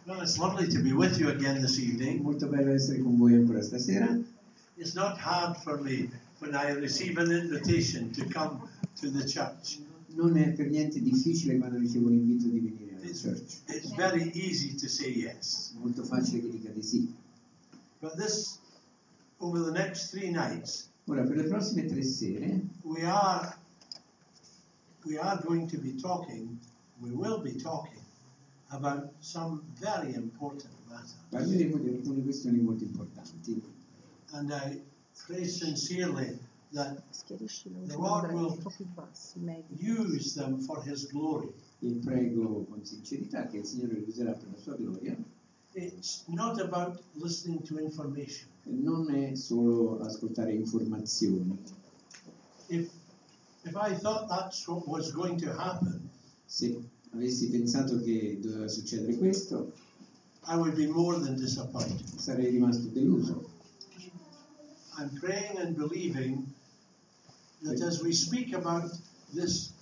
Well, it's lovely to be with you again this evening. Molto bello essere con voi ancora stasera. It's not hard for me when I receive an invitation to come to the church. Non è per niente difficile quando ricevo l'invito di venire alla church. It's very easy to say yes. È molto facile che dica di sì. But this, over the next 3 nights, Ora, per le prossime 3 sere we are going to be talking, we will be talking about some very important matter. parleremo di alcune questioni molto importanti. And I pray sincerely that Schiariscilo, the Lord will troppo bassi, meglio. use them for His glory. E prego con sincerità che il Signore li userà per la sua gloria. It's not about listening to information. Non è solo ascoltare informazioni. If I thought that's what was going to happen, Se avessi pensato che doveva succedere questo, I would be more than disappointed. sarei rimasto deluso. I'm praying and believing that as we speak about these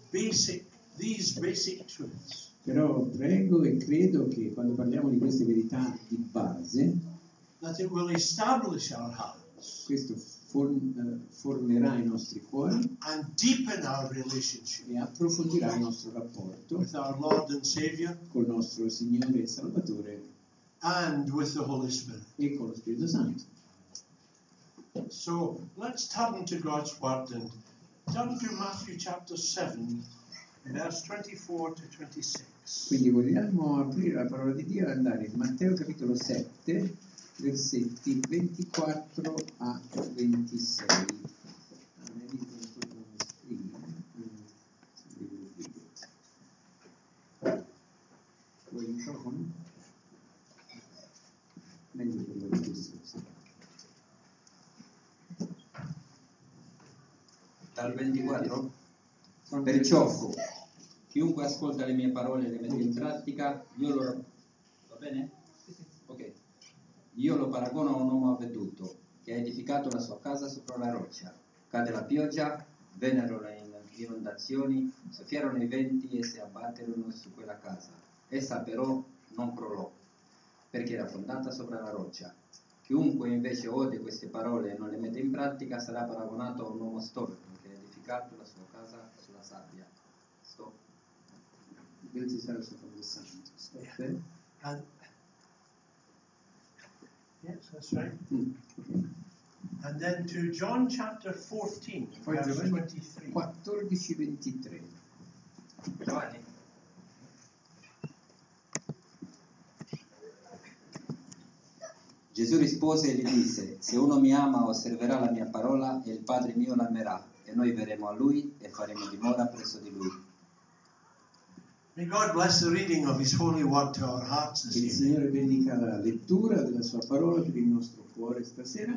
basic truths, Però prego e credo che quando parliamo di queste verità di base, that it will establish our hearts questo formerà i nostri cuori and deepen our relationship e approfondirà il nostro rapporto with our Lord and Savior col nostro Signore e Salvatore and with the Holy Spirit. e con lo Spirito Santo. So let's turn to God's Word and turn to Matthew chapter 7, verse 24 to 26. Quindi vogliamo aprire la parola di Dio e andare in Matteo capitolo 7, versetti 24 a 26. Vuoi il microfono? Meglio per la discussione. Dal 24? Perciò chiunque ascolta le mie parole e le mette in pratica, va bene? Ok. Io lo paragono a un uomo avveduto che ha edificato la sua casa sopra la roccia. Cade la pioggia, vennero le inondazioni, soffiarono i venti e si abbatterono su quella casa. Essa però non crollò, perché era fondata sopra la roccia. Chiunque invece ode queste parole e non le mette in pratica sarà paragonato a un uomo storto che ha edificato la sua casa sulla sabbia. Stop. This is also from the Psalms. Okay. And yes, that's right. Okay. And then to John chapter 14, Poi verse Giovanni 23. 14-23. Giovanni? Gesù rispose e gli disse: se uno mi ama osserverà la mia parola e il Padre mio l'amerà, e noi verremo a lui e faremo dimora presso di lui. May God bless the reading of His holy word to our hearts Che this il evening. Signore benedica la lettura della sua parola per il nostro cuore stasera.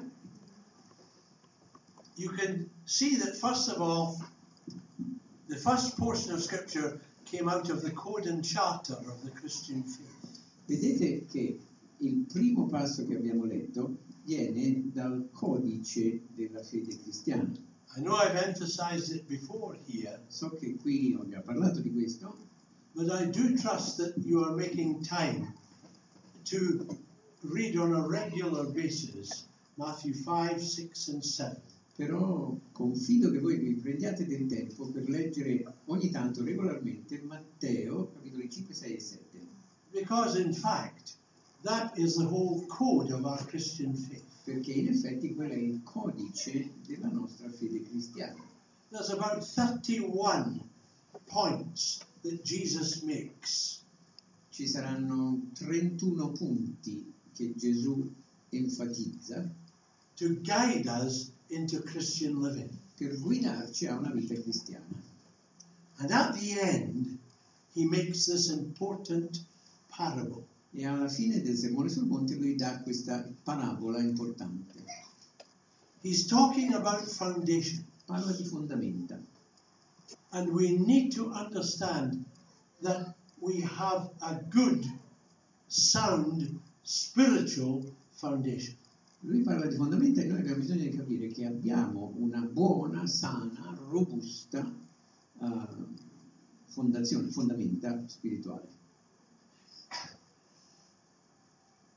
You can see that, first of all, the first portion of Scripture came out of the code and charter of the Christian faith. Vedete che il primo passo che abbiamo letto viene dal codice della fede cristiana. I know I've emphasized it before here, So che qui ho già parlato di questo, but I do trust that you are making time to read on a regular basis Matthew 5, 6, and 7. però confido che voi vi prendiate del tempo per leggere ogni tanto regolarmente Matteo capitoli 5, 6 e 7. Because, in fact, that is the whole code of our Christian faith. Perché in effetti quello è il codice della nostra fede cristiana. There's about 31 points that Jesus makes. Ci saranno 31 punti che Gesù enfatizza To guide us into Christian living. per guidarci a una vita cristiana. And at the end, he makes this important parable. E alla fine del Sermone sul Monte lui dà questa parabola importante. He's talking about foundation. Parla di fondamenta. And we need to understand that we have a good, sound, spiritual foundation. Lui parla di fondamenta e noi abbiamo bisogno di capire che abbiamo una buona, sana, robusta fondamenta spirituale.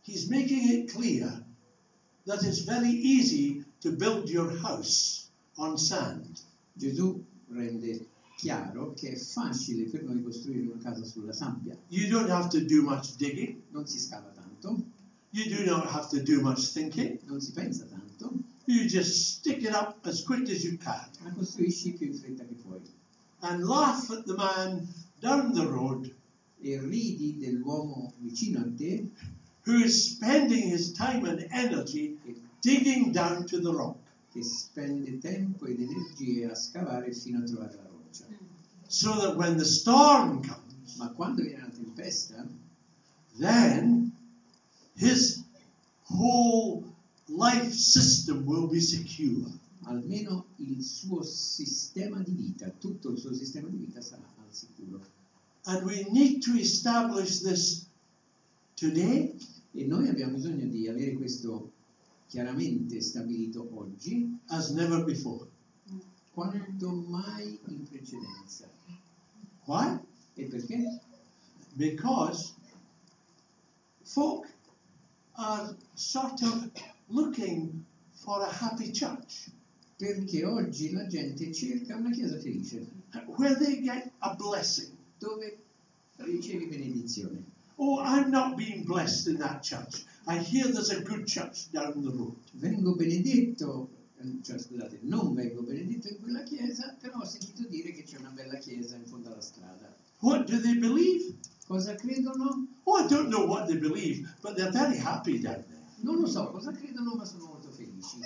he's making it clear that it's very easy to build your house on sand. Gesù rende chiaro che è facile per noi costruire una casa sulla sabbia. You don't have to do much digging. Non si scava tanto, You do not have to do much thinking. non si pensa tanto, You just stick it up as quick as you can la costruisci più in fretta che puoi. and laugh at the man down the road E ridi dell'uomo vicino a te who is spending his time and energy digging down to the rock. che spende tempo ed energie a scavare fino a trovare la roccia. So that when the storm comes, Ma quando viene la tempesta, then his whole life system will be secure. almeno il suo sistema di vita, tutto il suo sistema di vita sarà al sicuro. And we need to establish this today E noi abbiamo bisogno di avere questo chiaramente stabilito oggi, as never before. quanto mai in precedenza. Why? E perché? Because folk are sort of looking for a happy church Perché oggi la gente cerca una chiesa felice, where they get a blessing. dove ricevi benedizione. Oh, I'm not being blessed in that church. I hear there's a good church down the road. Vengo benedetto, cioè scusate, non vengo benedetto in quella chiesa, però ho sentito dire che c'è una bella chiesa in fondo alla strada. What do they believe? Cosa credono? Oh, I don't know what they believe, but they're very happy down there. Non lo so cosa credono, ma sono molto felici.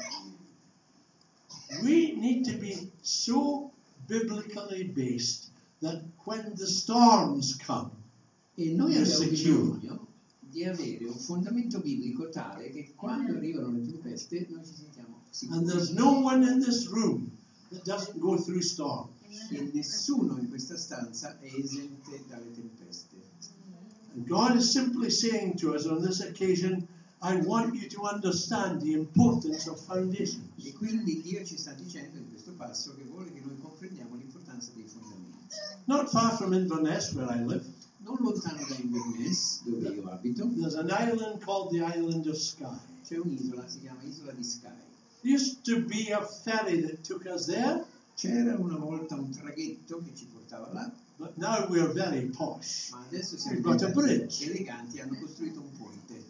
We need to be so biblically based that when the storms come, E noi You're abbiamo secure. bisogno di avere un fondamento biblico tale che quando arrivano le tempeste noi ci sentiamo and there's sicuri. no one in this room that doesn't go through storms. E nessuno in questa stanza è esente dalle tempeste. And God is simply saying to us on this occasion, I want you to understand the importance of foundations. E quindi Dio ci sta dicendo in questo passo che vuole che noi comprendiamo l'importanza dei fondamenti. Not far from Inverness, where I live, Non lontano da Inverness, dove io abito, there's an island called the Island of Skye. c'è un'isola, si chiama Isola di Skye. There used to be a ferry that took us there, C'era una volta un traghetto che ci portava là, but now we're very posh. ma adesso siamo We've got a diventati bridge. eleganti e hanno costruito un ponte.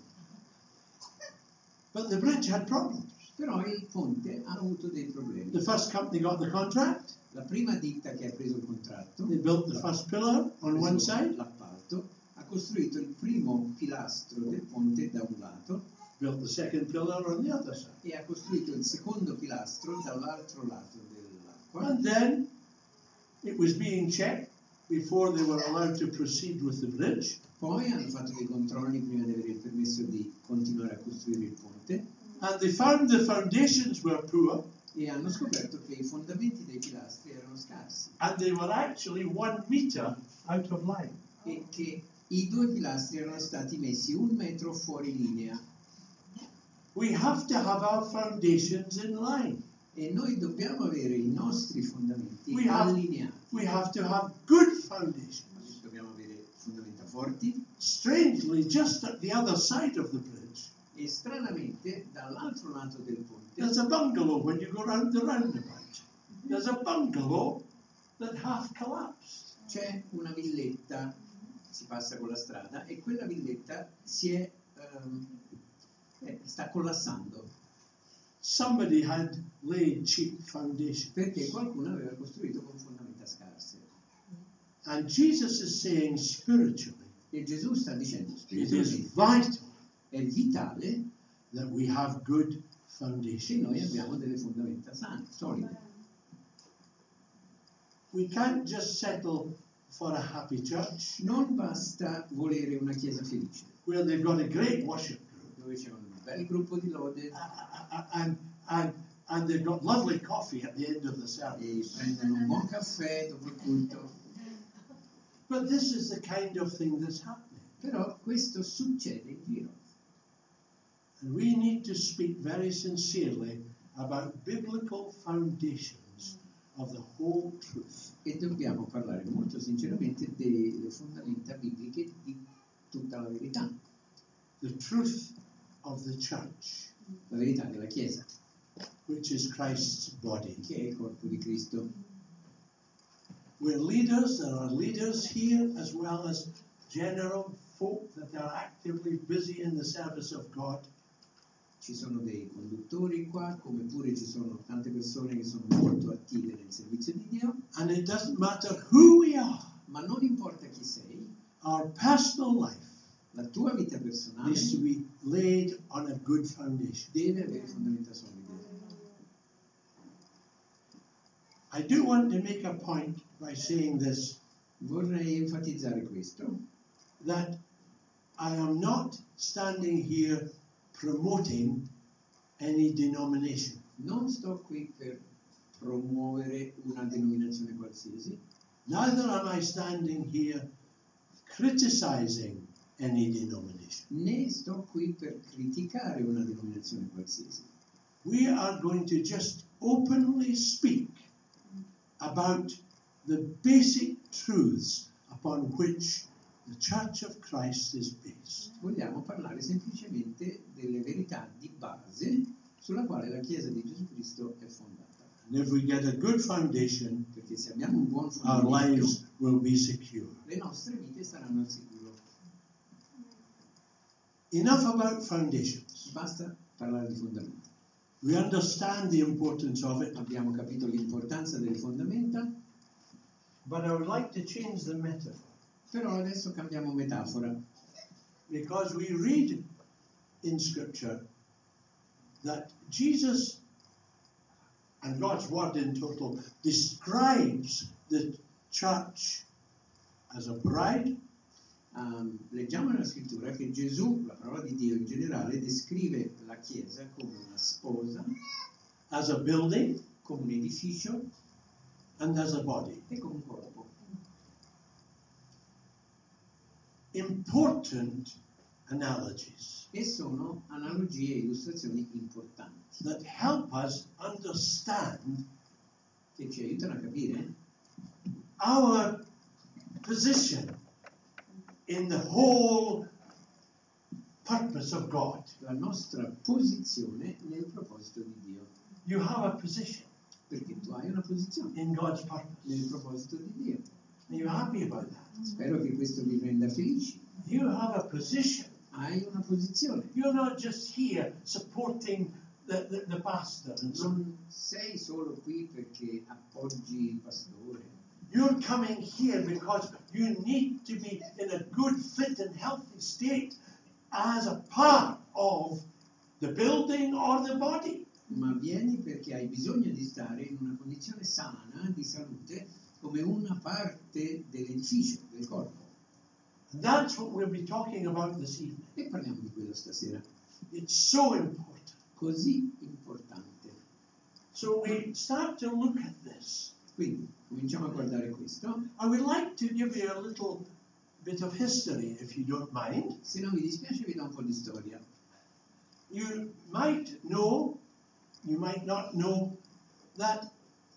But the bridge had problems. Però il ponte ha avuto dei problemi. The first company got the contract, La prima ditta che ha preso il contratto, they built the first pillar on ha one preso side, l'appalto, ha costruito il primo pilastro del ponte da un lato built the second pillar on the other side. e ha costruito il secondo pilastro dall'altro lato dell'acqua. And then it was being checked before they were allowed to proceed with the bridge. Poi hanno fatto dei controlli prima di avere il permesso di continuare a costruire il ponte And they found the foundations were poor e hanno scoperto che i fondamenti dei pilastri erano scarsi and they were actually 1 meter out of line. e che i due pilastri erano stati messi 1 metro fuori linea. We have to have our foundations in line. E noi dobbiamo avere i nostri fondamenti We have- allineati. We have to have good foundations. Dobbiamo avere fondamenta forti Strangely, just at the other side of the bridge, e stranamente dall'altro lato del ponte there's a bungalow when you go round the roundabout. There's a bungalow that half collapsed. c'è una villetta, si passa con la strada e quella villetta sta collassando Somebody had laid cheap foundations. perché qualcuno aveva costruito con fondamenta scarse. And Jesus is saying spiritually, E Gesù sta dicendo it is spiritualmente, vital è vitale that we have good che noi foundations. abbiamo delle fondamenta sane, solide. We can't just settle for a happy church Non basta volere una chiesa felice, where they've got a great worship group dove c'è un bel gruppo di lode and they've got lovely coffee at the end of the service. e prendono un buon caffè dopo il culto. But this is the kind of thing that's happening. Però questo succede in giro. And we need to speak very sincerely about biblical foundations of the whole truth. E dobbiamo parlare molto sinceramente delle fondamenta bibliche di tutta la verità. The truth of the church, la verità della Chiesa, which is Christ's body. che è il corpo di Cristo. We're leaders, there are leaders here as well as general folk that are actively busy in the service of God. Ci sono dei conduttori qua, come pure ci sono tante persone che sono molto attive nel servizio di Dio, And it doesn't matter who we are, ma non importa chi sei, our personal life la tua vita personale needs to be laid on a good foundation. deve avere fondamenta solide. I do want to make a point by saying this, Vorrei enfatizzare questo, that I am not standing here promoting any denomination. non sto qui per promuovere una denominazione qualsiasi, Neither am I standing here criticizing any denomination. né sto qui per criticare una denominazione qualsiasi. We are going to just openly speak about the basic truths upon which the Church of Christ is based. Vogliamo parlare semplicemente delle verità di base sulla quale la Chiesa di Gesù Cristo è fondata. And if we get a good foundation, Perché se abbiamo un buon our fondamento, lives will be secure. le nostre vite saranno al sicuro. Enough about foundations. Basta parlare di fondamenta. We understand the importance of it, Abbiamo capito l'importanza delle fondamenta, but I would like to change the metaphor. però adesso cambiamo metafora, Because we read in Scripture that Jesus and God's Word in total describes the church as a bride, leggiamo nella scrittura che Gesù, la parola di Dio in generale, descrive la Chiesa come una sposa, as a building, come un edificio and as a body. e come un corpo. Important analogies E sono analogie e illustrazioni importanti that help us understand che ci aiutano a capire our position in the whole purpose of God. la nostra posizione nel proposito di Dio. You have a position Perché tu hai una posizione in God's purpose. nel proposito di Dio. Are you happy about that? Spero che questo vi renda felici. You have a position. Hai una posizione. You're not just here supporting the pastor and so. Non sei solo qui perché appoggi il pastore. You're coming here because you need to be in a good, fit and healthy state as a part of the building or the body. Ma vieni perché hai bisogno di stare in una condizione sana, di salute, come una parte dell'edificio, del corpo. And that's what we'll be talking about this evening. E parliamo di quello stasera. It's so important. Così importante. So we start to look at this. Quindi, cominciamo a guardare questo. I would like to give you a little bit of history, if you don't mind. Se non vi dispiace vi do un po' di storia. You might know, you might not know, that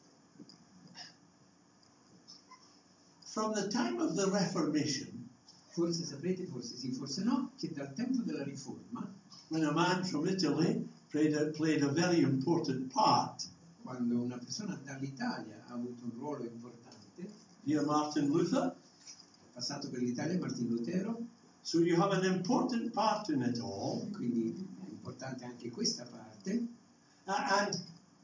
from the time of the Reformation, Forse saprete, forse sì, forse no, che dal tempo della Riforma, when a man from Italy played a very important part, quando una persona dall'Italia ha avuto un ruolo importante, dear Martin Luther, è passato per l'Italia Martin Lutero, so you have an important part in it all, quindi è importante anche questa parte, and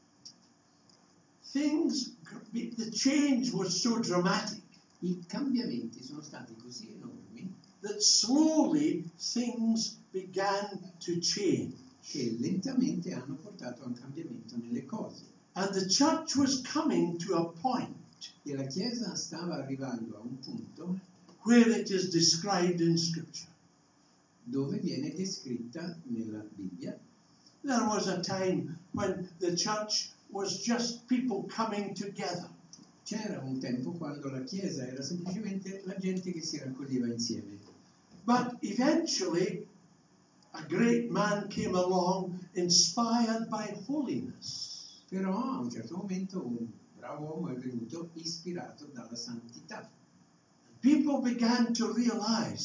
the change was so dramatic i cambiamenti sono stati così enormi that slowly things began to change. che lentamente hanno portato a un cambiamento nelle cose. And the church was coming to a point E la Chiesa stava arrivando a un punto where it is described in Scripture. dove viene descritta nella Bibbia. There was a time when the church was just people coming together. C'era un tempo quando la Chiesa era semplicemente la gente che si raccoglieva insieme. But eventually, a great man came along inspired by holiness. Però a un certo momento un bravo uomo è venuto ispirato dalla santità. People began to realize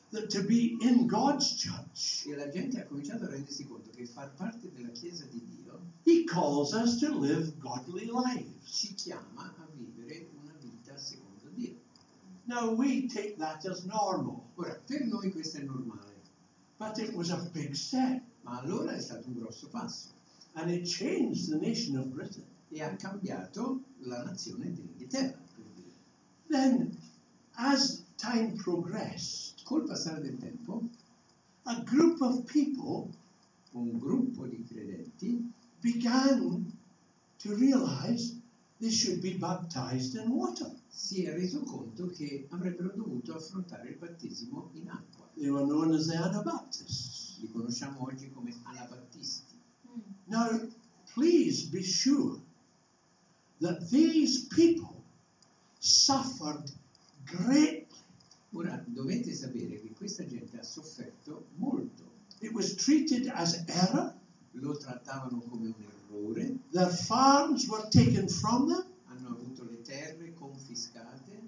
that to be in God's church, E la gente ha cominciato a rendersi conto che far parte della Chiesa di Dio He calls us to live godly lives. ci chiama a vivere una vita secondo Dio. Now we take that as normal, Ora, per noi questo è normale, but it was a big step, ma allora è stato un grosso passo and it changed the nation of Britain. e ha cambiato la nazione dell'Inghilterra. Per dire. Then, as time progressed, Col passare del tempo, a group of people un gruppo di credenti began to realize they should be baptized in water. si è reso conto che avrebbero dovuto affrontare il battesimo in acqua. They were known as the Anabaptists. Li conosciamo oggi come anabattisti. Now, please be sure that these people suffered greatly. Ora dovete sapere che questa gente ha sofferto molto, It was treated as error. lo trattavano come un errore, Their farms were taken from them. hanno avuto le terre confiscate,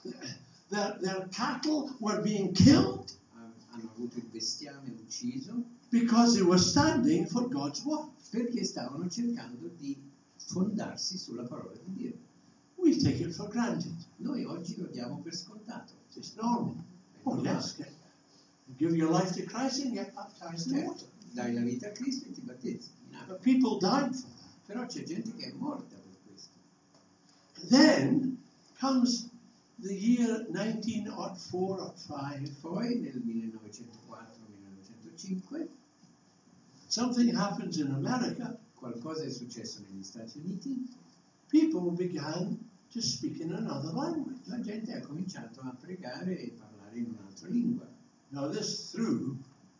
Their cattle were being killed hanno avuto il bestiame ucciso because they were standing for God's word. perché stavano cercando di fondarsi sulla parola di Dio. We take it for granted. Noi oggi lo diamo per scontato. It's normal. Oh, yes. Give your life to Christ and get baptized in water. Dai la vita a Cristo e ti battezzi in acqua. But people died for that. Però c'è gente che è morta per questo. Then comes the year 1904 or 5. Poi nel 1904-1905 Something happens in America. qualcosa è successo negli Stati Uniti, People began to speak in another language. la gente ha cominciato a pregare e parlare in un'altra lingua. Now this threw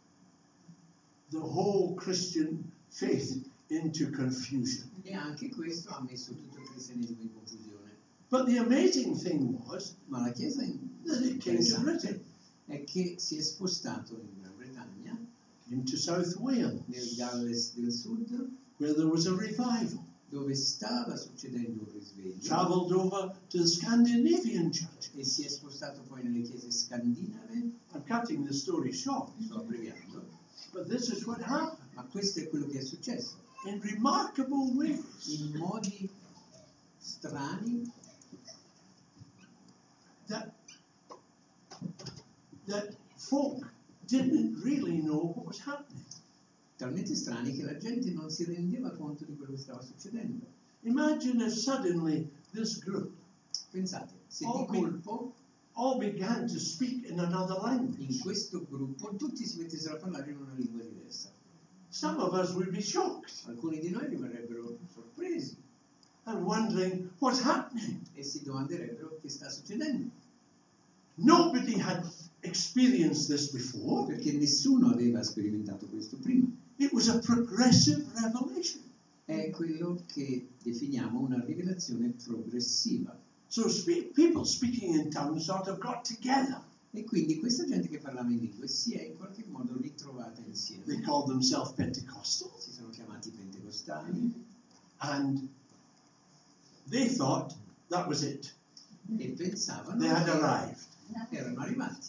the whole Christian faith into confusion. E anche questo ha messo tutto il cristianesimo in confusione. But the amazing thing was Ma la Chiesa that it came to Britain, è che si è spostato in Gran Bretagna, came to South Wales, nel Galles del Sud, where there was a revival. dove stava succedendo un risveglio, Travelled over to the Scandinavian church. e si è spostato poi nelle chiese scandinave. I'm cutting the story short, Sto abbreviando, but this is what happened. ma questo è quello che è successo. In remarkable ways, In modi strani, that folk didn't really know what was happening. talmente strani che la gente non si rendeva conto di quello che stava succedendo. Imagine if suddenly this group Pensate, se Oh, di colpo all began to speak in another in language. questo gruppo tutti si mettessero a parlare in una lingua diversa. Some of us would be shocked Alcuni di noi rimarrebbero sorpresi and wondering what's happening. e si domanderebbero che sta succedendo, Nobody had experienced this before. perché nessuno aveva sperimentato questo prima. It was a progressive revelation. È quello che definiamo una rivelazione progressiva. So people speaking in tongues sort of got together. E quindi questa gente che parlava in lingue si è in qualche modo ritrovata They insieme. called themselves Pentecostal, Si sono chiamati pentecostali and they thought that was it. e pensavano They had che arrived. erano arrivati.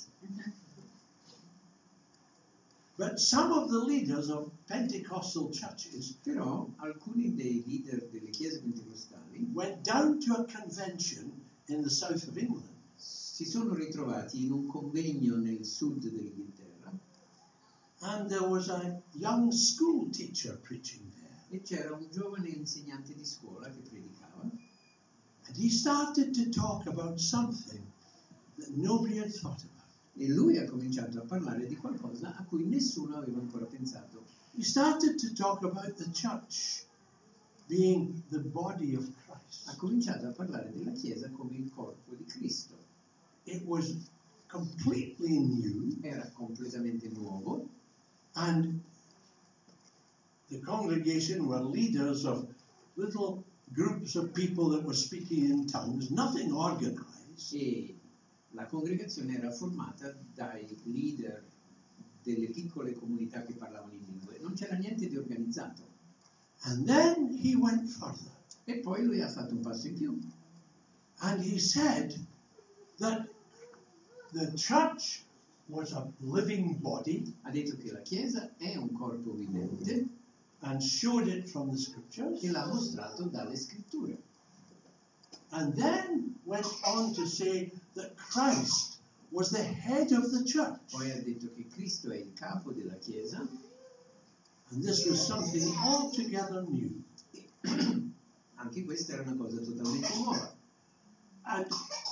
But some of the leaders of Pentecostal churches Però alcuni dei leader delle chiese pentecostali went down to a convention in the south of England, si sono ritrovati in un convegno nel sud dell'Inghilterra and there was a young school teacher preaching there. e c'era un giovane insegnante di scuola che predicava And he started to talk about something that nobody had thought about. e lui ha cominciato a parlare di qualcosa a cui nessuno aveva ancora pensato. He started to talk about the church being the body of Christ. Ha cominciato a parlare della Chiesa come il corpo di Cristo. It was completely new, Era completamente nuovo and the congregation were leaders of little groups of people that were speaking in tongues, nothing organized. e la congregazione era formata dai leader delle piccole comunità che parlavano in lingue. Non c'era niente di organizzato. And then he went further, E poi lui ha fatto un passo in più and he said that the church was a living body Ha detto che la Chiesa è un corpo vivente and showed it from the scriptures, e l'ha mostrato dalle scritture. and then went on to say that Christ was the head of the church. Poi ha detto che Cristo è il capo della Chiesa, And this was something altogether new. anche questa era una cosa totalmente nuova. And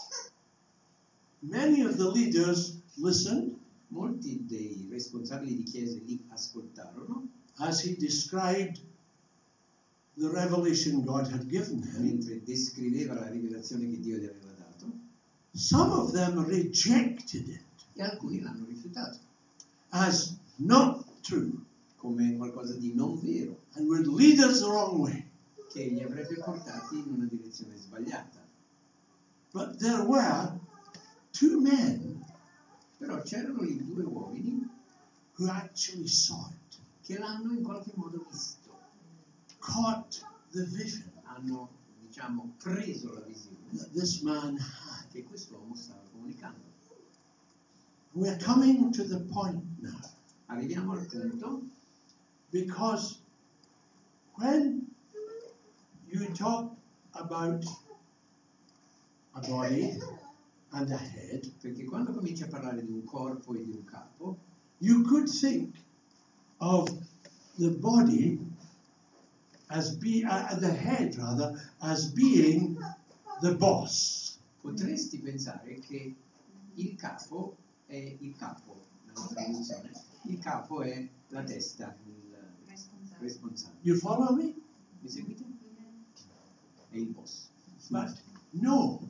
many of the leaders listened Molti dei responsabili di chiese lì ascoltarono as he described the revelation God had given him. mentre descriveva la rivelazione che Dio gli aveva dato, Some of them rejected it e alcuni l'hanno rifiutato as not true come qualcosa di non vero, and would lead us the wrong way. che li avrebbe portati in una direzione sbagliata. But there were two men Però c'erano lì due uomini who actually saw it, che l'hanno in qualche modo visto, caught the vision hanno, diciamo, preso la visione that this man had. che quest'uomo stava comunicando. We're coming to the point now, Arriviamo al punto, because when you talk about a body and a head, perché quando cominci a parlare di un corpo e di un capo, you could think of the body as the head rather, as being the boss. potresti pensare che il capo è il capo, nella traduzione, il capo è la testa, il responsabile. You follow me? Mi seguite? È il boss. But no,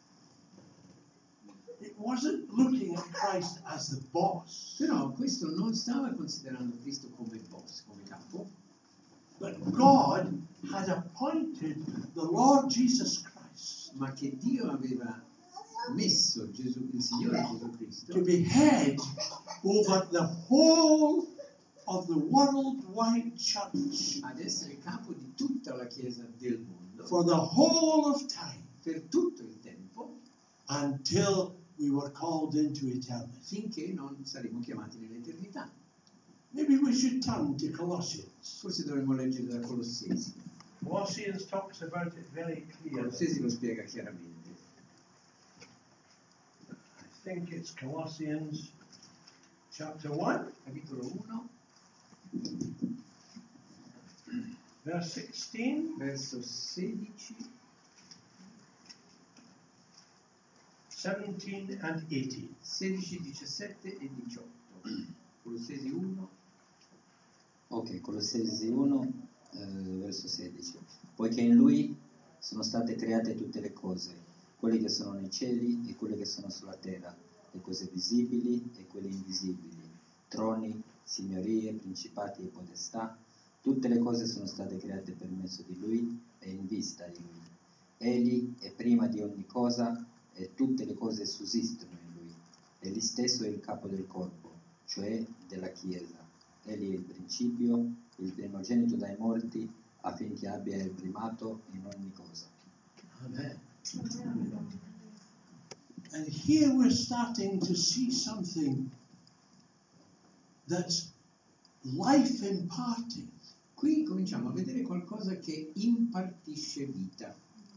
it wasn't looking at Christ as the boss, Però questo non stava considerando Cristo come boss, come capo, but God had appointed the Lord Jesus Christ ma che Dio aveva messo il Signore Gesù to Cristo be head over the whole of the worldwide church ad essere capo di tutta la Chiesa del mondo for the whole of time per tutto il tempo, until we were called into eternity. finché non saremo chiamati nell'eternità. Maybe we should turn to Colossians. Forse dovremmo leggere da Colossesi. Colossians talks about it very clearly. Colossesi lo spiega chiaramente. I think it's Colossians chapter 1, Capitolo 1, verse 16. verso 16, 17 and 18. 16, 17 e 18. Colossesi 1, Ok, Colossesi 1, verso 16. Poiché in Lui sono state create tutte le cose, quelle che sono nei cieli e quelle che sono sulla terra, le cose visibili e quelle invisibili, troni, signorie, principati e potestà. Tutte le cose sono state create per mezzo di Lui e in vista di Lui. Egli è prima di ogni cosa e tutte le cose sussistono in Lui. Egli stesso è il capo del corpo, cioè della Chiesa. Egli è il principio, il primogenito dai morti, affinché abbia il primato in ogni cosa. Amen. And here we're starting to see something that's life imparting. Qui cominciamo a vedere qualcosa che impartisce vita.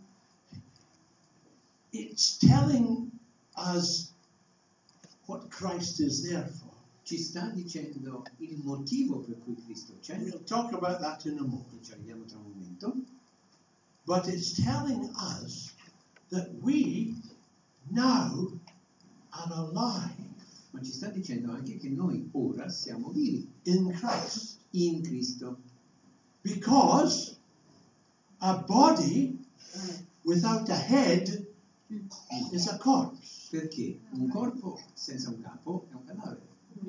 It's telling us what Christ is there for. Ci sta dicendo il motivo per cui Cristo c'è, We'll talk about that in a e moment. ci arriviamo tra un momento, But it's telling us that we now are alive ma ci sta dicendo anche che noi ora siamo vivi in Christ. in Cristo, Because a body without a head is a corpse. perché un corpo senza un capo è un cadavere.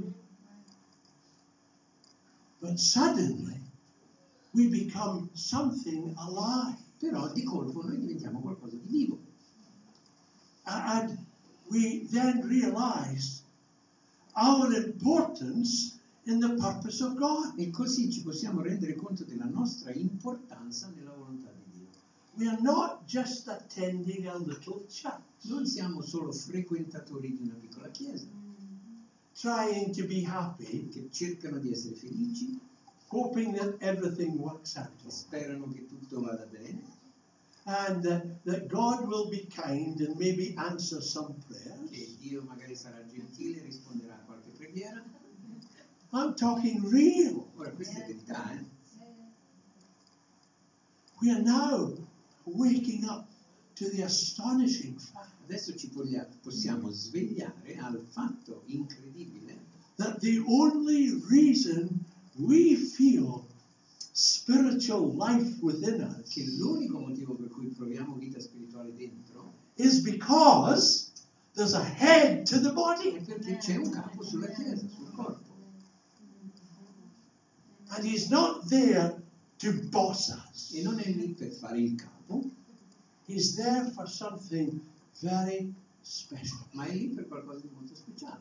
But suddenly we become something alive. Però di colpo noi diventiamo qualcosa di vivo And we then realize our importance in the purpose of God. e così ci possiamo rendere conto della nostra importanza nella volontà di Dio. We are not just attending a little church. Non siamo solo frequentatori di una piccola chiesa, trying to be happy, che cercano di essere felici, hoping that everything works out, che sperano che tutto vada bene, and that God will be kind and maybe answer some prayers. che Dio magari sarà gentile e risponderà a qualche preghiera. I'm talking real. Ora, questa è verità, eh? We are now waking up to the astonishing fact Adesso ci possiamo svegliare al fatto incredibile that the only reason we feel spiritual life within us che l'unico motivo per cui proviamo vita spirituale dentro is because there's a head to the è body, perché c'è un capo sulla chiesa, sul corpo. and he's not there to boss us. E non è lì per fare il capo, He's there for something very special. ma è lì per qualcosa di molto speciale.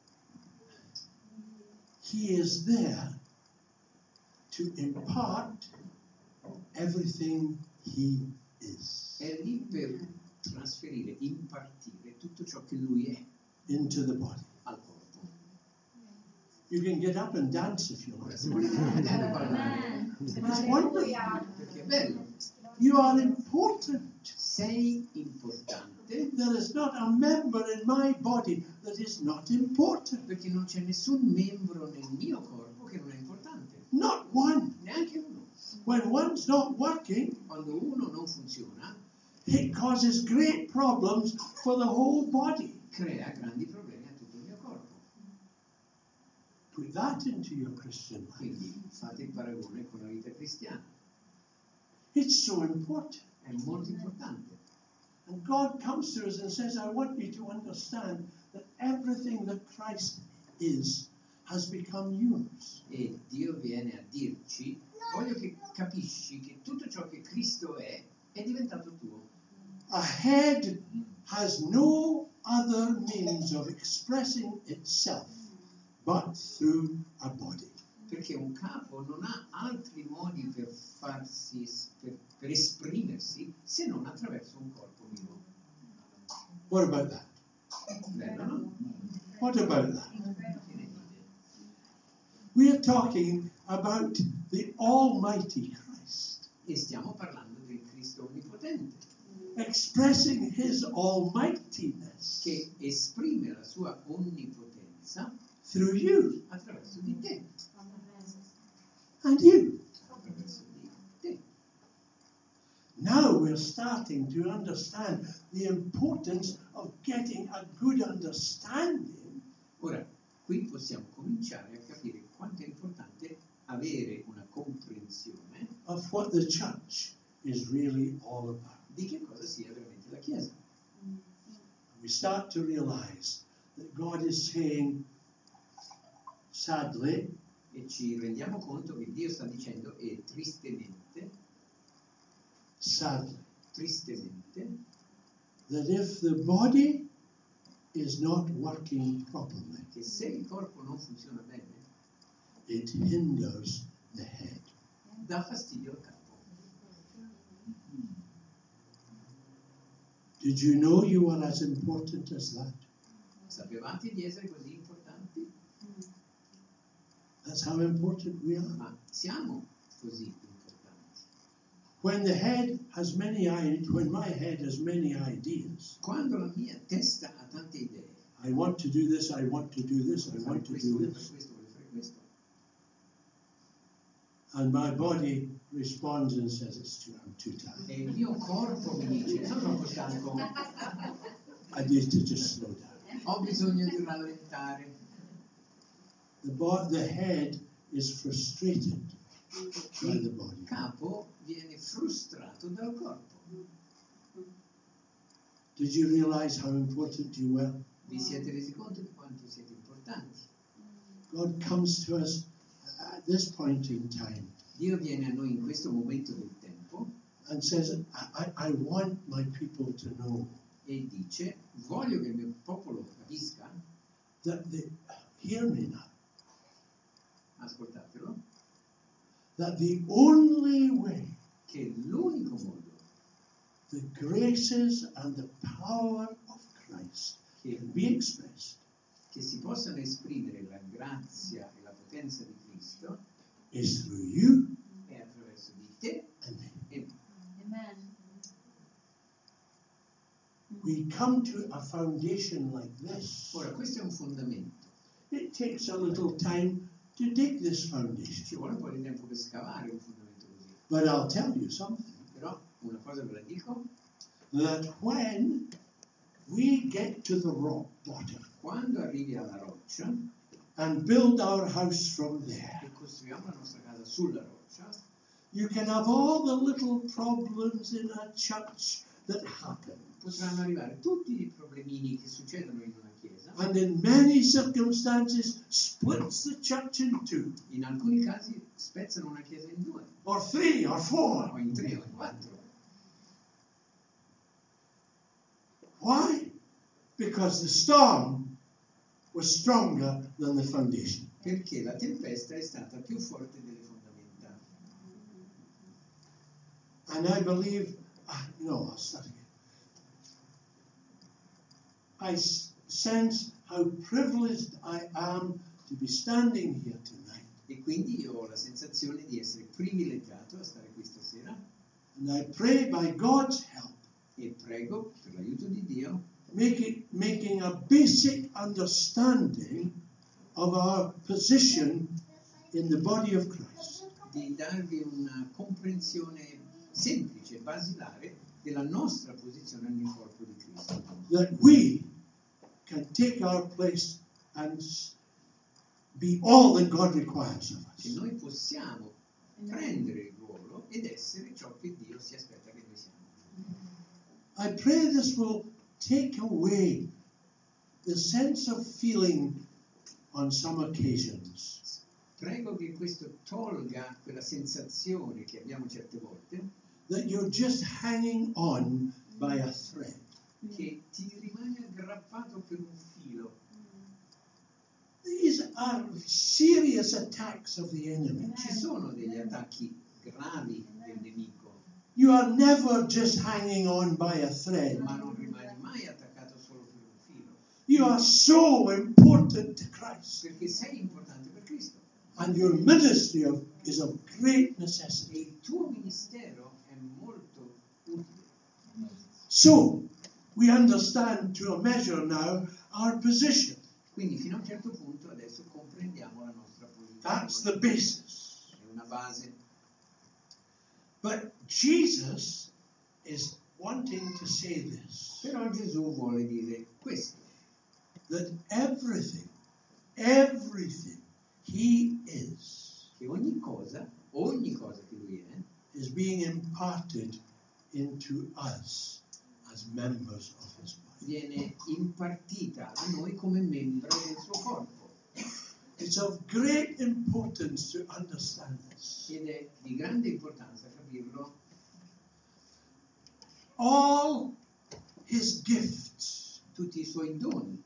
He is there to impart everything he is È lì per trasferire, impartire tutto ciò che lui è into the body. al corpo. You can get up and dance if you Ora, like. se volete potete ballare, It's wonderful. perché è bello. You are important. Sei importante There is not a member in my body that is not important. perché non c'è nessun membro nel mio corpo che non è importante, Not one. neanche uno. When one's not working, Quando uno non funziona, it causes great problems for the whole body. crea grandi problemi a tutto il mio corpo. Put that into your Christian life. Quindi fate il paragone con la vita cristiana. It's so important. È molto importante. And God comes to us and says, I want you to understand that everything that Christ is has become yours. E Dio viene a dirci, voglio che capisci che tutto ciò che Cristo è diventato tuo. A head has no other means of expressing itself but through a body. Perché un capo non ha altri modi per farsi, per esprimersi se non attraverso un corpo vivo. What about that? Bello, no? What about that? We are talking about the Almighty Christ, E stiamo parlando del Cristo onnipotente, expressing His almightiness che esprime la sua onnipotenza through you attraverso di te. and you. Attraverso di te. Now we're starting to understand the importance of getting a good understanding Ora, qui possiamo cominciare a capire quanto è importante avere una comprensione of what the church is really all about. di che cosa sia veramente la Chiesa. We start to realize that God is saying, sadly, E ci rendiamo conto che Dio sta dicendo, e tristemente, that if the body is not working properly, che se il corpo non funziona bene, it hinders the head. dà fastidio al capo. Did you know you are as important as that? Sapevate di essere così importanti? That's how important we are. Ma siamo così importanti. When my head has many ideas, Quando la mia testa ha tante idee, I want to do this, I want to do this, I voglio want fare to questo, do voglio this. fare questo, voglio fare questo, And my body responds and says, I'm too tired. e il mio corpo mi dice, sono troppo stanco, I need to just slow down. ho bisogno di rallentare. The head is frustrated by the Il body. capo viene frustrato dal corpo. Did you realize how important you were? Vi siete resi conto di quanto siete importanti? God comes to us at this point in time Dio viene a noi in questo momento del tempo and says, I want my people to know e dice, voglio che il mio popolo capisca, that hear me now, ascoltatelo, that the only way che l'unico modo the graces and the power of Christ che can be expressed che si possano esprimere la grazia e la potenza di Cristo is through you è attraverso di te and me. e me. Amen. We come to a foundation like this. Ora, questo è un fondamento. It takes a little time to dig this Ci foundation. vuole un po' di tempo per scavare un fondamento così. But I'll tell you something, Però una cosa ve la dico, that when we get to the rock bottom quando arrivi alla roccia and build our house from there, e costruiamo la nostra casa sulla roccia, you can have all the little problems in a church that happen. potranno arrivare tutti i problemini che succedono in una chiesa, And in many circumstances splits the church in two, in alcuni casi spezzano una chiesa in due, or three, or o four. in tre o in quattro. Why? Because the storm was stronger than the foundation. Perché la tempesta è stata più forte delle fondamenta. And I believe, no, I'll start again. I sense how privileged I am to be standing here tonight. E quindi io ho la sensazione di essere privilegiato a stare qui stasera And I pray by God's help, e prego per l'aiuto di Dio making a basic understanding of our position in the body of Christ. di darvi una comprensione semplice, basilare della nostra posizione nel corpo di Cristo. That we can take our place and be all that God requires of Che us. noi possiamo prendere il ruolo ed essere ciò che Dio si aspetta che noi siamo. I pray this will take away the sense of feeling on some occasions Prego che questo tolga quella sensazione che abbiamo certe volte, that you're just hanging on by a thread. che ti rimani aggrappato per un filo. These are serious attacks of the enemy. Ci sono degli attacchi gravi del nemico, You are never just hanging on by a thread. ma non rimani mai attaccato solo per un filo, You are so important to Christ, perché sei importante per Cristo and your ministry is of great necessity. e il tuo ministero è molto utile. So, we understand to a measure now our position. Quindi fino a un certo punto adesso comprendiamo la nostra That's the posizione. basis. È una base. But Jesus is wanting to say this, Però Gesù vuole dire questo, that everything he is che ogni cosa che lui è, is being imparted into us as members of his body. viene impartita a noi come membro del suo corpo. It's of great importance to understand this. Ed è di grande importanza capirlo. All his gifts, Tutti i suoi doni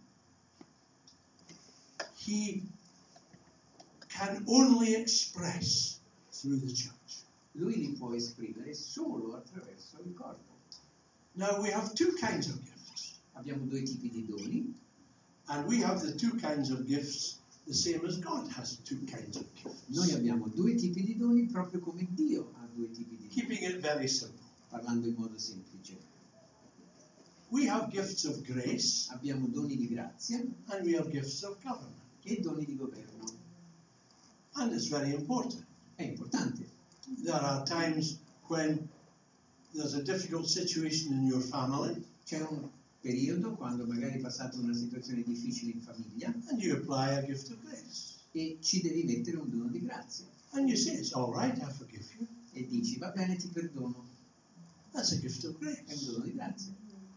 he can only express through the church. lui li può esprimere solo attraverso il corpo. Now we have two kinds of gifts, Abbiamo due tipi di doni and we have the two kinds of gifts the same as God has two kinds of noi gifts. abbiamo due tipi di doni proprio come Dio ha due tipi di doni, Keeping it very simple. parlando in modo semplice. We have gifts of grace Abbiamo doni di grazia and we have gifts of government. e doni di governo. And it's very important. È importante. There are times when there's a difficult situation in your family C'è un periodo quando magari passate una situazione difficile in famiglia and you apply a gift of grace. e ci devi mettere un dono di grazia And you say, it's all right, I forgive you. e dici va bene ti perdono, That's a gift of è un grace. dono di grazia.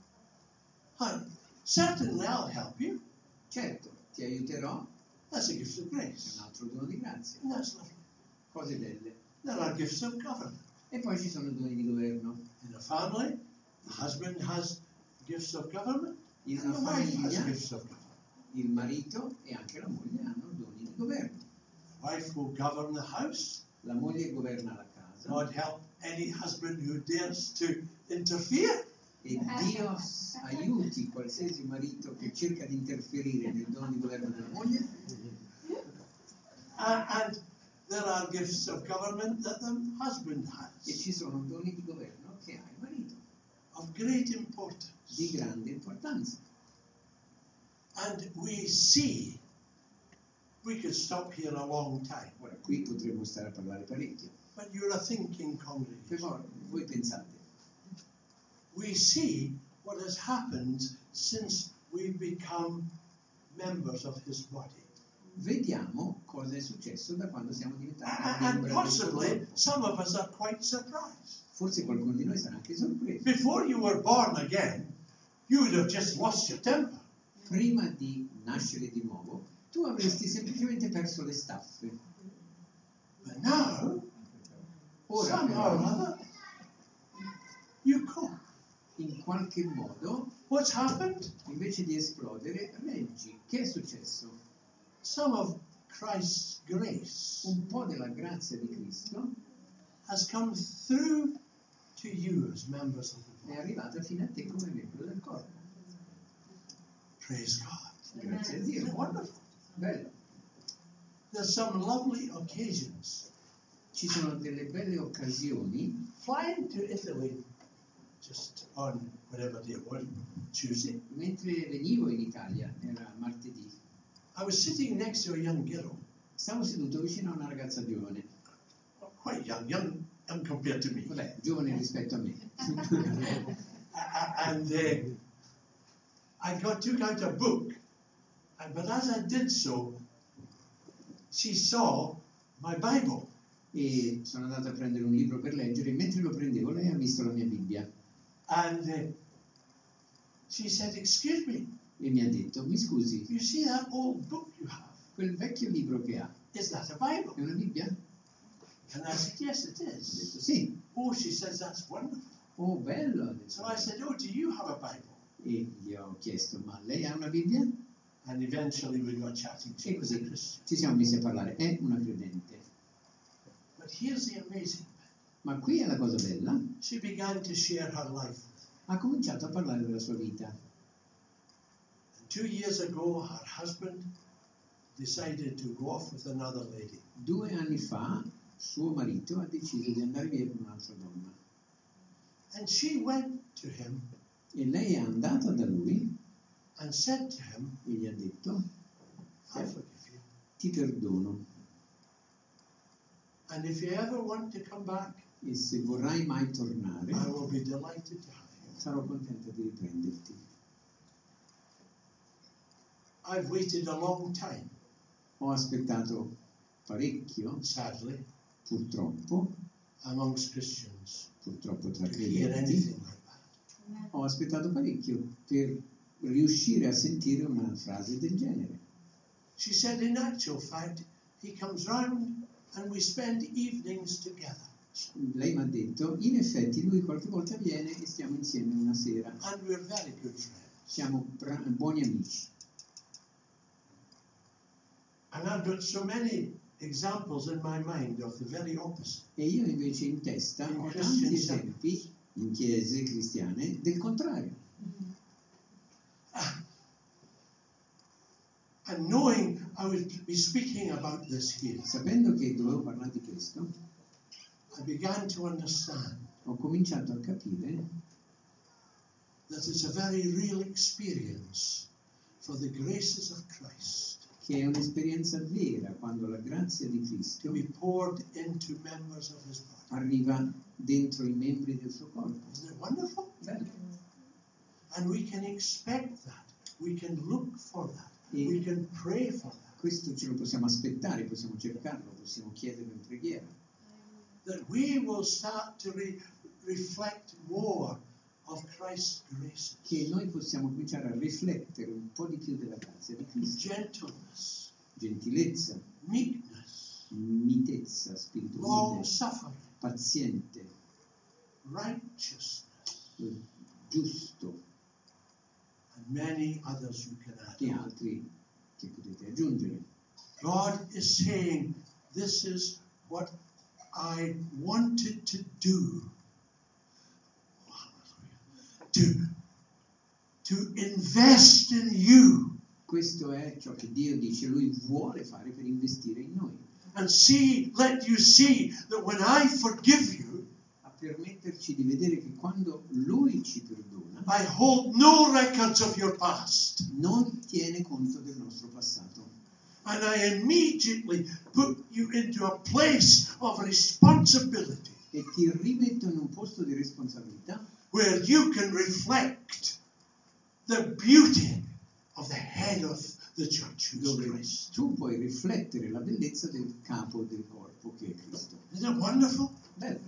Certainly I'll help you. Certo, ti aiuterò, That's a gift of è grace. un altro dono di grazia, And that's lovely. cose belle. There are gifts of government. E poi ci sono doni di governo. In a family, the husband has gifts of government, In and una the wife has famiglia gifts of government. il marito e anche la moglie hanno doni di governo. The wife will govern the house. La moglie governa la casa God help any husband who dares to interfere. E Dio aiuti qualsiasi marito che cerca di interferire nel dono di governo della moglie. And there are gifts of government that the husband E has ci sono doni di governo che ha il marito, of great importance. di grande importanza. And we see, we could stop here a long time, Ora, qui potremmo stare a parlare parecchio, but you're a thinking congregation. però voi pensate, We see what has happened since we've become members of his body. vediamo cosa è successo da quando siamo diventati And membri del suo possibly corpo. some of us are quite surprised. Forse qualcuno di noi sarà anche sorpreso. Before you were born again, you would have just lost your temper. Prima di nascere di nuovo, tu avresti semplicemente perso le staffe. But now, Ora somehow or però, other, you cope. in qualche modo, What's happened? invece di esplodere, reggi. Che è successo? Some of Christ's grace Un po' della grazia di Cristo has come through to you as members of the è body. arrivata fino a te come membro del corpo. Praise God. Grazie a It's Dio. wonderful. Bello. There's some lovely occasions. Ci sono delle belle occasioni. Flying to Italy just on whatever day it was, Tuesday, Mentre venivo in Italia, era martedì, I was sitting next to a young girl, stavo seduto vicino a una ragazza giovane. quite young compared to me. Vabbè, giovane rispetto a me. And took out a book, but as I did so, she saw my Bible. E sono andato a prendere un libro per leggere e mentre lo prendevo lei ha visto la mia Bibbia And she said, "Excuse me, e mi ha detto, mi scusi, you see that old book you have? quel vecchio libro che ha Is that a Bible?" è una Bibbia? And I said, "Yes, it Ho is." detto sì. Oh, she says, "That's wonderful." Oh, bello, ha detto So I lei. said, "Oh, do you have a Bible?" E gli ho chiesto, ma lei ha una Bibbia? And eventually we got chatting. She E was a così Christian. ci siamo messi a parlare, è una credente. But here's the amazing bit. Ma qui è la cosa bella, She began to share her life. ha cominciato a parlare della sua vita. And 2 years ago, her husband decided to go off with another lady. 2 anni fa suo marito ha deciso di andare via con un'altra donna And she went to him e lei è andata da lui and said to him, e gli ha detto, "I forgive you. ti perdono And if you ever want to come back, e se vorrai mai tornare I will be delighted to have you." sarò contenta di riprenderti. I've waited a long time, Ho aspettato parecchio, sadly, purtroppo amongst Christians tra to hear credenti, anything like that. ho aspettato parecchio per riuscire a sentire una frase del genere. She said, in actual fact, he comes round and we spend evenings together. Lei mi ha detto, in effetti lui qualche volta viene e stiamo insieme una sera, And we're very good friends. siamo buoni amici. And I've got so many examples in my mind of the very opposite. E io invece in testa ho tanti esempi in chiese cristiane del contrario. And knowing I would be speaking about this here, Sapendo che dovevo parlare di questo, I began to understand ho cominciato a capire that it's a very real experience for the graces of Christ che è un'esperienza vera quando la grazia di to Cristo be poured into members of his body. arriva dentro i membri del suo corpo. Isn't it wonderful? Bello. And we can expect that. We can look for that. E We can pray for that. questo ce lo possiamo aspettare, possiamo cercarlo, possiamo chiederlo in preghiera. That we will start to reflect more of Christ's graces. Che noi possiamo cominciare a riflettere un po' di più della grazia di Cristo. Gentleness, Gentilezza, meekness, mitezza, spirito long mite, suffering, paziente, righteousness, giusto and many others you can e add. altri che potete aggiungere. God is saying, this is what I wanted to do. to invest in you Questo è ciò che Dio dice, Lui vuole fare per investire in noi, and let you see that when I forgive you, a permetterci di vedere che quando Lui ci perdona, I hold no records of your past. non tiene conto del nostro passato. And I immediately put you into a place of responsibility E ti rimetto in un posto di responsabilità where you can reflect the beauty of the head of the church, who's dove Christ. tu puoi riflettere la bellezza del capo del corpo che è Cristo. Isn't it wonderful? Bello.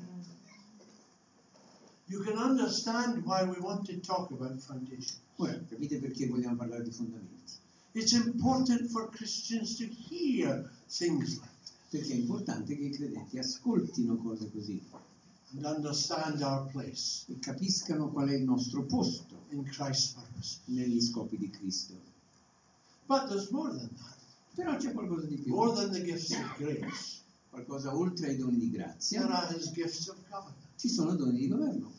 You can understand why we want to talk about foundation. Ora, capite perché vogliamo parlare di fondamenti? It's important for Christians to hear things like that Perché è importante che i credenti ascoltino cose così and understand our place e capiscano qual è il nostro posto in Christ's purpose. negli scopi di Cristo. But there's more than that. Però c'è qualcosa di più, More than the gifts of grace, qualcosa oltre ai doni di there grazia. are his gifts of government. Ci sono doni di governo.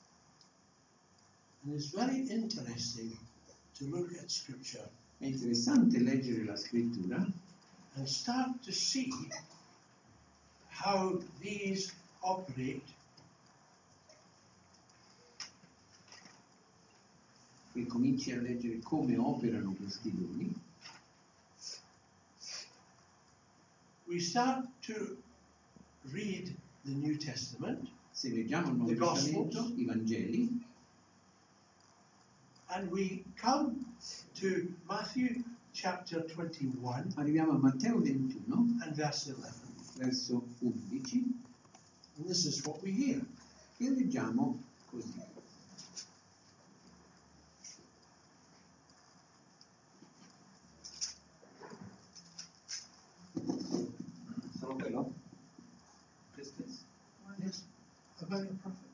And it's very interesting to look at Scripture È interessante leggere la scrittura and start to see how these operate e cominci a leggere come operano questi doni. we start to read the New Testament Se leggiamo il Nuovo The Gospels. Testamento, i Vangeli, and we come to Matthew chapter 21 arriviamo a Matteo 21, and verse 11. verso 11, And this is what we hear. e leggiamo così. Solo quello? Questo? Yes, about the prophet.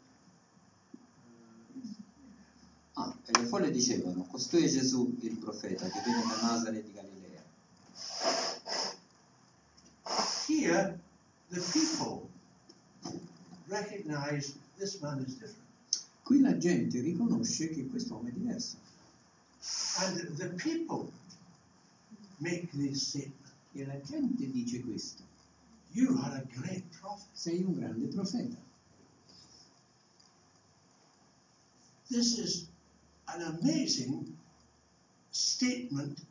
E le folle dicevano: costui è Gesù il profeta che viene da Nazare di Galilea. Here, the people recognize this man is different. Qui la gente riconosce che quest'uomo è diverso. And the people make this statement. E la gente dice questo: You are a great prophet. sei un grande profeta. This is an amazing statement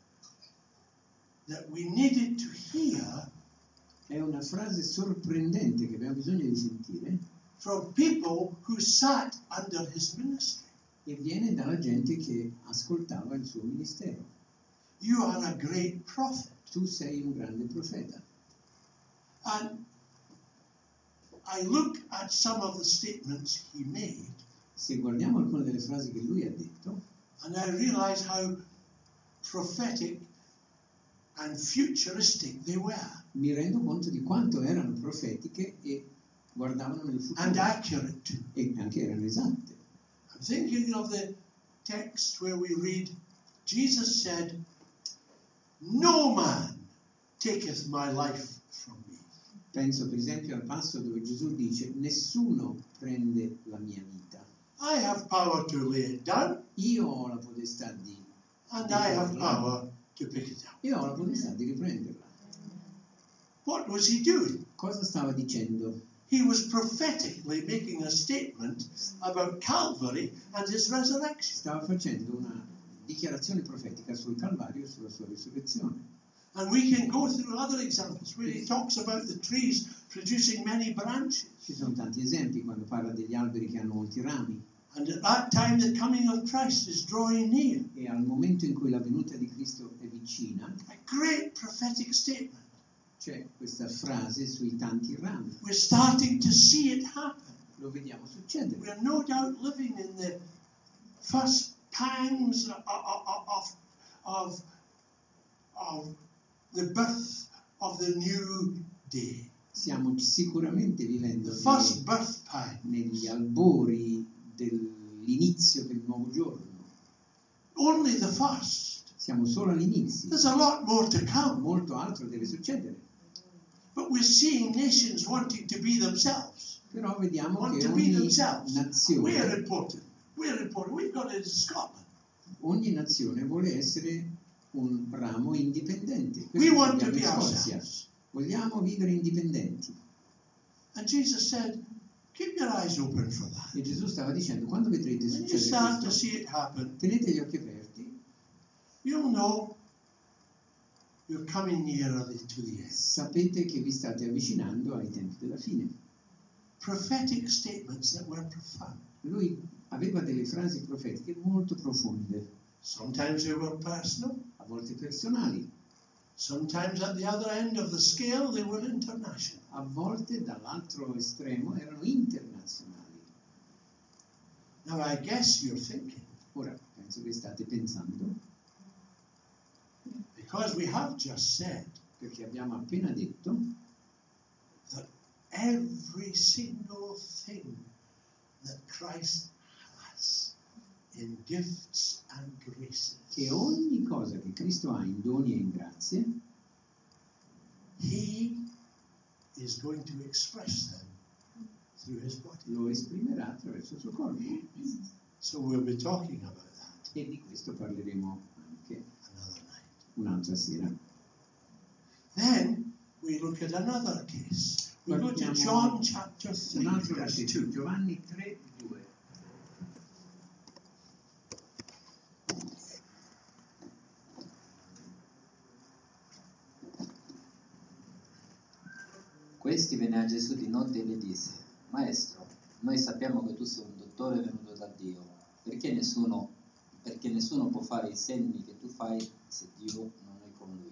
that we needed to hear È una frase sorprendente che abbiamo bisogno di sentire from people who sat under his ministry. e viene dalla gente che ascoltava il suo ministero. You are a great prophet. Tu sei un grande profeta. And I look at some of the statements he made, Se guardiamo alcune delle frasi che lui ha detto, and I realize how prophetic and futuristic they were, mi rendo conto di quanto erano profetiche e guardavano nel and futuro accurate too. e anche erano esatte. I'm thinking of the text where we read, Jesus said, No man taketh my life from me. Penso per esempio al passo dove Gesù dice: nessuno prende la mia vita. I have power to lay it down, Io ho la potestà di and I have power to pick it up. e ho la potestà di riprenderla. What was he doing? Cosa stava dicendo? He was prophetically making a statement about Calvary and his resurrection. Stava facendo una dichiarazione profetica sul Calvario e sulla sua risurrezione. And we can go through other examples where he talks about the trees producing many branches. Ci sono tanti esempi quando parla degli alberi che hanno molti rami, And at that time, the coming of Christ is drawing near. e al momento in cui la venuta di Cristo è vicina A great prophetic statement. c'è questa frase sui tanti rami. We're starting to see it happen. Lo vediamo succedere. We're no doubt living in the first pangs of the birth of the new day. Stiamo sicuramente vivendo The first birth pang. negli albori dell'inizio del nuovo giorno. Only the first. Siamo solo all'inizio. There's a lot more to come. Molto altro deve succedere. But we're seeing nations wanting to be themselves. Però vediamo Want che to be ogni themselves. We are nazione important. We're reporting, we've got it in Scotland. Ogni nazione vuole essere un ramo indipendente. We Questo want to abbiamo be in Scozia. ourselves. Vogliamo vivere indipendenti. And Jesus said, keep your eyes open for that. E Gesù stava dicendo, quando vedrete When you succedere start to questo, see it happen, tenete gli occhi aperti, you'll know you're coming nearer to the end. sapete che vi state avvicinando ai tempi della fine. Prophetic statements that were profound. Lui aveva delle frasi profetiche molto profonde, Sometimes they were personal. a volte personali, Sometimes at the other end of the scale they were international. a volte dall'altro estremo erano internazionali. Now I guess you're thinking, Ora, penso che state pensando, because we have just said perché abbiamo appena detto that every single thing that Christ has in gifts and graces, che ogni cosa che Cristo ha in doni e in grazie, He is going to express them through His body. lo esprimerà attraverso il suo corpo. So we'll be talking about that E di questo parleremo anche another night. un'altra sera. Then we look at another case. We go to Guardiamo John chapter 3, Un altro verse versetto, 2. Giovanni 3:2. Questi venne a Gesù di notte e gli disse: Maestro, noi sappiamo che tu sei un dottore venuto da Dio, perché nessuno può fare i segni che tu fai se Dio non è con lui.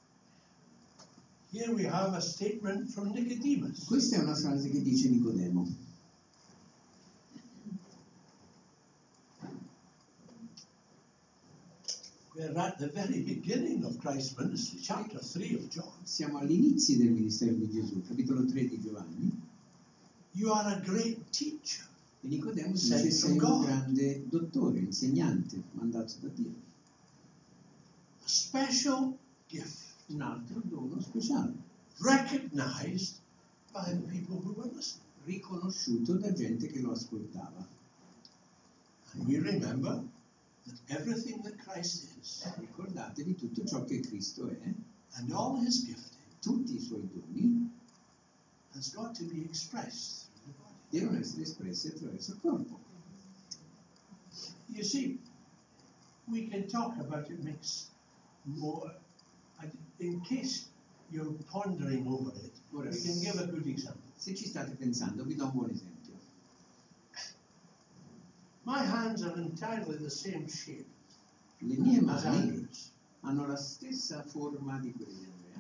Here we have a statement from Nicodemus. Questa è una frase che dice Nicodemo. We're at the very beginning of Christ's ministry, chapter 3 of John. Siamo all'inizio del ministero di Gesù, capitolo 3 di Giovanni. You are a great teacher. E Nicodemo Sent dice: from sei un God. grande dottore, insegnante, mandato da Dio. A special gift, Un altro dono speciale, recognized by the people who were listening. riconosciuto da gente che lo ascoltava. And we remember that everything that Christ is Ricordatevi tutto ciò che Cristo è, and all His gifting tutti i suoi doni has got to be expressed through the body. devono essere espressi attraverso il corpo. You see, we can talk about it makes more. In case you're pondering over it, Ora, we can give a good example. se ci state pensando, vi do un buon esempio. My hands are entirely the same shape Le mie as mani Andrew's, hanno la stessa forma di quelle di Andrea,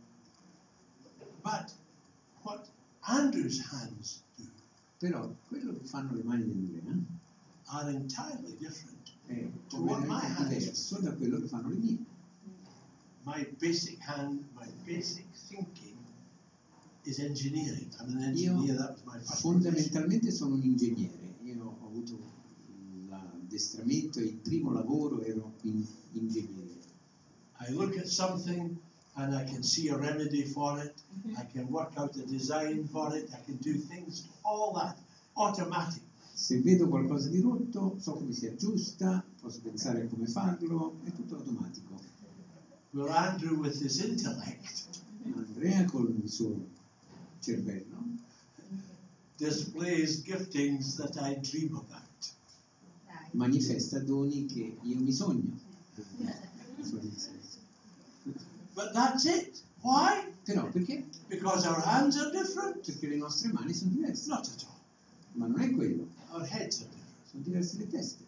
but what Andrew's hands do però quello che fanno le mani di Andrea are entirely different. è To what my completamente hands diverso da quello che fanno le mie. My basic thinking is engineering. I'm an engineer. That was my first profession. Fondamentalmente sono un ingegnere. Io ho avuto l'addestramento e il primo lavoro ero in ingegneria. I look at something and I can see a remedy for it. I can work out a design for it. I can do things, all that, automatic. Se vedo qualcosa di rotto, so come si aggiusta, posso pensare a come farlo, è tutto automatico. Where Andrew, with his intellect, Andrea col suo cervello displays giftings that I dream about. manifesta doni che io mi sogno. But that's it. Why? Però perché? Because our hands are different? Perché le nostre mani sono diverse. Not at all. Ma non è quello, Our heads are different. sono diverse le teste.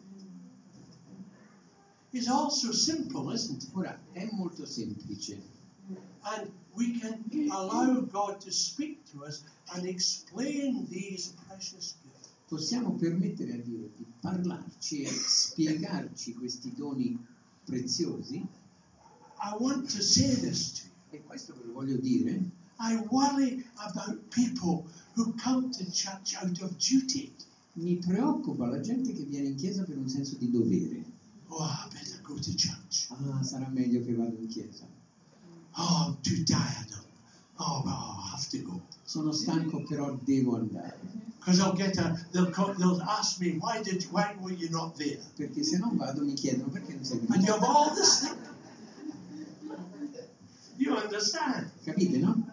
It's also simple, isn't it? Ora, è molto semplice. And we can allow God to speak to us and explain these precious gifts. Possiamo permettere a Dio di parlarci e spiegarci questi doni preziosi? I want to say this to you. E questo ve lo voglio dire. I worry about people who come to church out of duty. Mi preoccupa la gente che viene in chiesa per un senso di dovere. Oh, I better go to church. Ah, sarà meglio che vado in chiesa. Oh, I'm too tired. Oh, well, I have to go. Sono stanco, però devo andare. Because they'll ask me, why were you not there? Perché se non vado mi chiedono perché non sei And you venuto. have all this. You understand? Capite, no?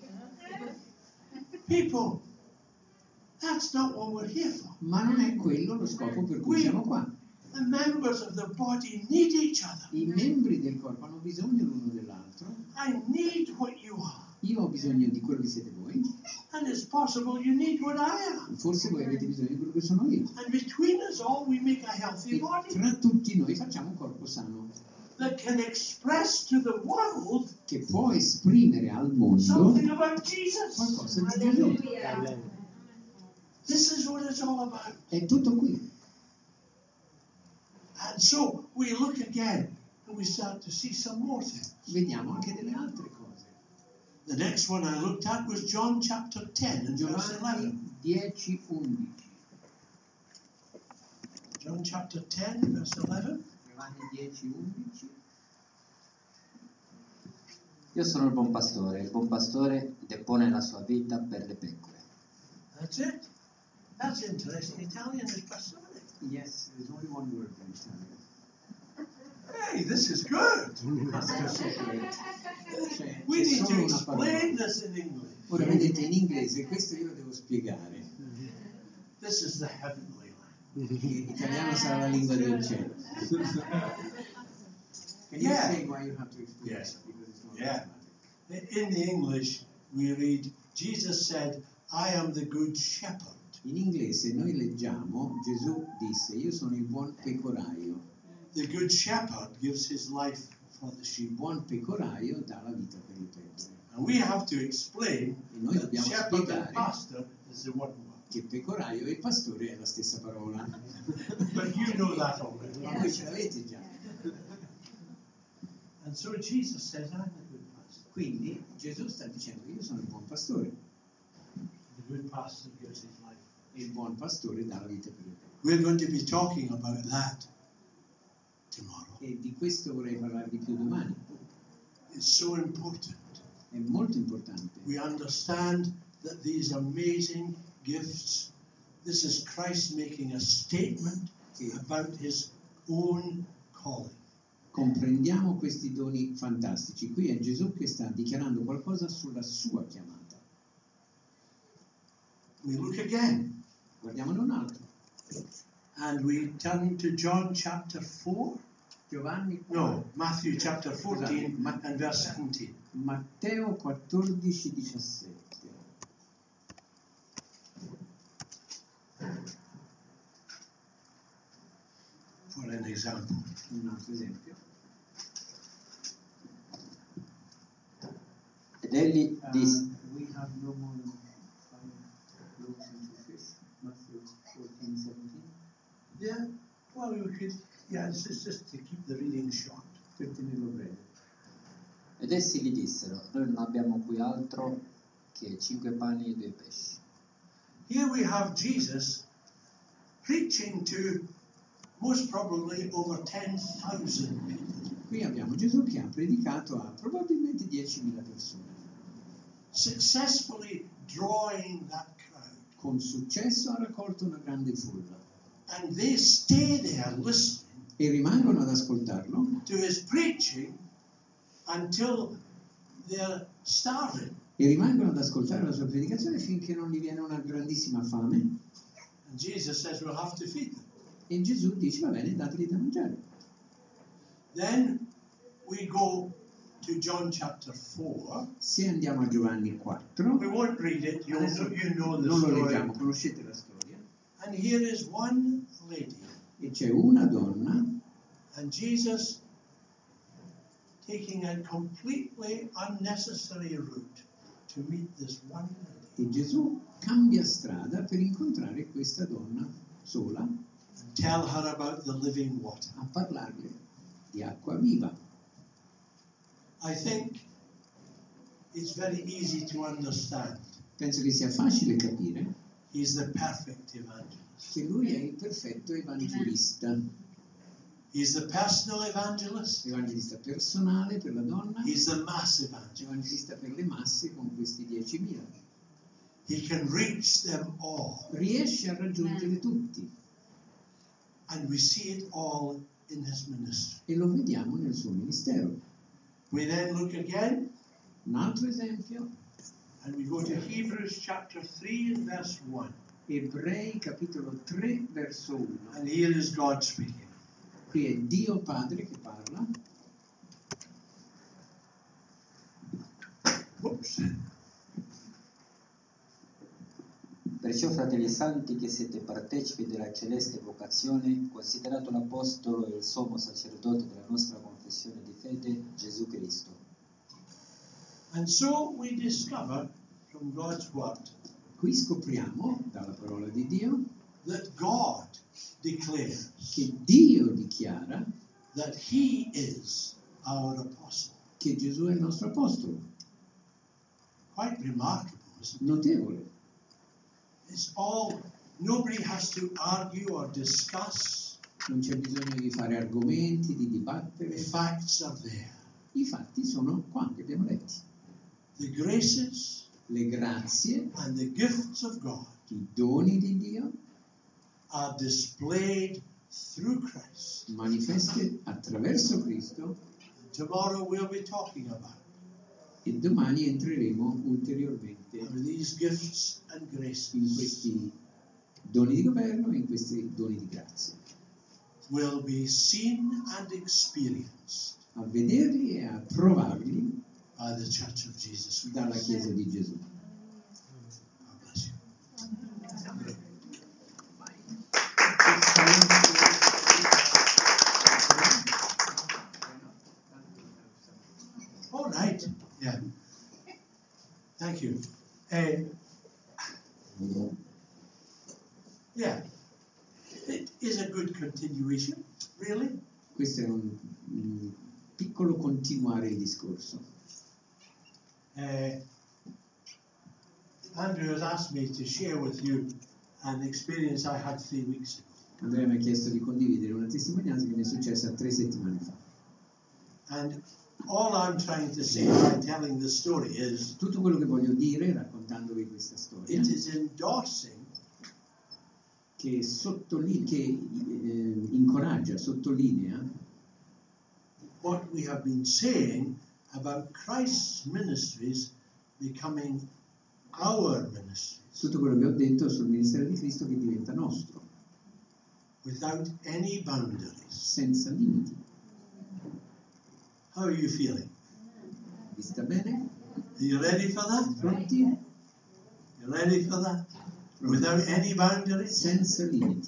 People, that's not what we're here for. Ma non è quello lo scopo per cui siamo qua. The members of the body need each other. I membri del corpo hanno bisogno l'uno dell'altro. I need what you are. Io ho bisogno di quello che siete voi. And it's possible you need what I am. Forse voi avete bisogno di quello che sono io. And between us all, we make a healthy E body fra tutti noi facciamo un corpo sano that can express to the world che può esprimere al mondo something about Jesus. qualcosa di Gesù. This is what it's all about. È tutto qui. And so we look again and we start to see some more things. Vediamo anche delle altre cose. The next one I looked at was John chapter 10 and verse 11. Giovanni 10:11. John chapter 10, verse 11. Giovanni 10:11. Io sono il buon pastore depone la sua vita per le pecore. That's it. That's interesting. Italian is pastore. Yes, there's only one word in Italian. Hey, this is good. Pastor shepherd. Cioè, We c'è need to solo una parola. explain this in English. Ora vedete in inglese, questo io lo devo spiegare. This is the heavenly language. L'italiano sarà la lingua del cielo. Can you Yeah. say why you have to explain Yes. that? Because it's not Yeah. automatic. In the English, we read, Jesus said, I am the good shepherd. In inglese noi leggiamo, Gesù disse, io sono il buon pecoraio. The good shepherd gives his life for the Il sheep. buon pecoraio dà la vita per le pecore. And we have to explain E noi that dobbiamo shepherd and spiegare pastor is the one word. che pecoraio e pastore è la stessa parola. But you know that already. Ma voi ce l'avete già. And so Jesus says, I'm the good pastor. Quindi Gesù sta dicendo, io sono il buon pastore. The good pastor gives his life. E il buon pastore dà la vita per le pecore. We're going to be talking about that tomorrow. E di questo vorrei parlare di più domani. It's so important. È molto importante. We understand that these amazing gifts, this is Christ making a statement about his own calling. Comprendiamo questi doni fantastici. Qui è Gesù che sta dichiarando qualcosa sulla sua chiamata. We look again Guardiamone un altro. and we turn to John chapter 4. Giovanni No, Matthew chapter 14 Scusate, and verse 17. Matteo 14:17. For an example. Un altro esempio. Ed egli disse, We have no more than 5 loaves and 2 fish. Matthew 14:17. Yeah, well, we could, yeah, it's just to keep the reading short. Per tenerlo breve. ed essi gli dissero, noi non abbiamo qui altro che 5 pani e 2 pesci. Here we have Jesus preaching to most probably over 10,000 people, Qui abbiamo Gesù che ha predicato a probabilmente 10.000 persone, successfully drawing that crowd. con successo ha raccolto una grande folla And they stay there listening e rimangono ad ascoltarlo to his preaching until they're starving. e rimangono ad ascoltare la sua predicazione finché non gli viene una grandissima fame And Jesus says we'll have to feed them. e Gesù dice va bene, dategli da mangiare. Then we go to John chapter 4. Se andiamo a Giovanni 4, We won't read it, you adesso know the non lo story. leggiamo, conoscete la storia, And here is one lady, e c'è una donna and Jesus taking a completely unnecessary route to meet this one lady e Gesù cambia strada per incontrare questa donna sola and tell her about the living water. a parlarle di acqua viva. I think it's very easy to understand. Penso che sia facile capire He's the perfect evangelist. che lui è il perfetto evangelista, He's the personal evangelist. evangelista personale per la donna, He's the mass evangelist. evangelista per le masse con questi 10.000. He can reach them all. riesce a raggiungere tutti And we see it all in his ministry. e lo vediamo nel suo ministero. We then look again Un altro esempio, and we go to Hebrews chapter 3 and verse 1. Ebrei capitolo 3 verso 1. And here is God speaking. Qui è Dio Padre che parla. Whoops. Perciò, fratelli santi, che siete partecipi della celeste vocazione, considerato l'apostolo e il sommo sacerdote della nostra confessione di fede, Gesù Cristo. And so we discover from God's word Qui scopriamo dalla parola di Dio that God declares che Dio dichiara that he is our apostle. che Gesù è il nostro apostolo. Quite remarkable, isn't it? Notevole. It's all, nobody has to argue or discuss. Non c'è bisogno di fare argomenti, di The dibattere. facts are there. I fatti sono qua, che abbiamo letti. The graces Le grazie, and the gifts of God i doni di Dio, are displayed through Christ. manifesti attraverso Cristo, Tomorrow we'll be talking about e domani entreremo ulteriormente how these gifts and in graces questi doni di governo e in questi doni di grazia, will be seen and experienced a vederli e a provarli by the Church of Jesus dalla Christ. Chiesa di Gesù. God bless you. All right. Yeah. Thank you. Yeah. It is a good continuation, really. Questo è un piccolo continuare il discorso. Andrew has asked me to share with you an experience I had 3 weeks ago. Andrea mi ha chiesto di condividere una testimonianza che mi è successa 3 settimane fa. And all I'm trying to say by telling the story is Tutto quello che voglio dire, raccontandovi questa storia, it is endorsing che incoraggia, sottolinea what we have been saying about Christ's ministries becoming our ministries tutto quello che ho detto sul ministero di Cristo che diventa nostro, without any boundaries. senza limiti. How are you feeling? Vi sta bene? Are you ready for that? Pronti? You ready for that? Without any boundaries? Senza limiti.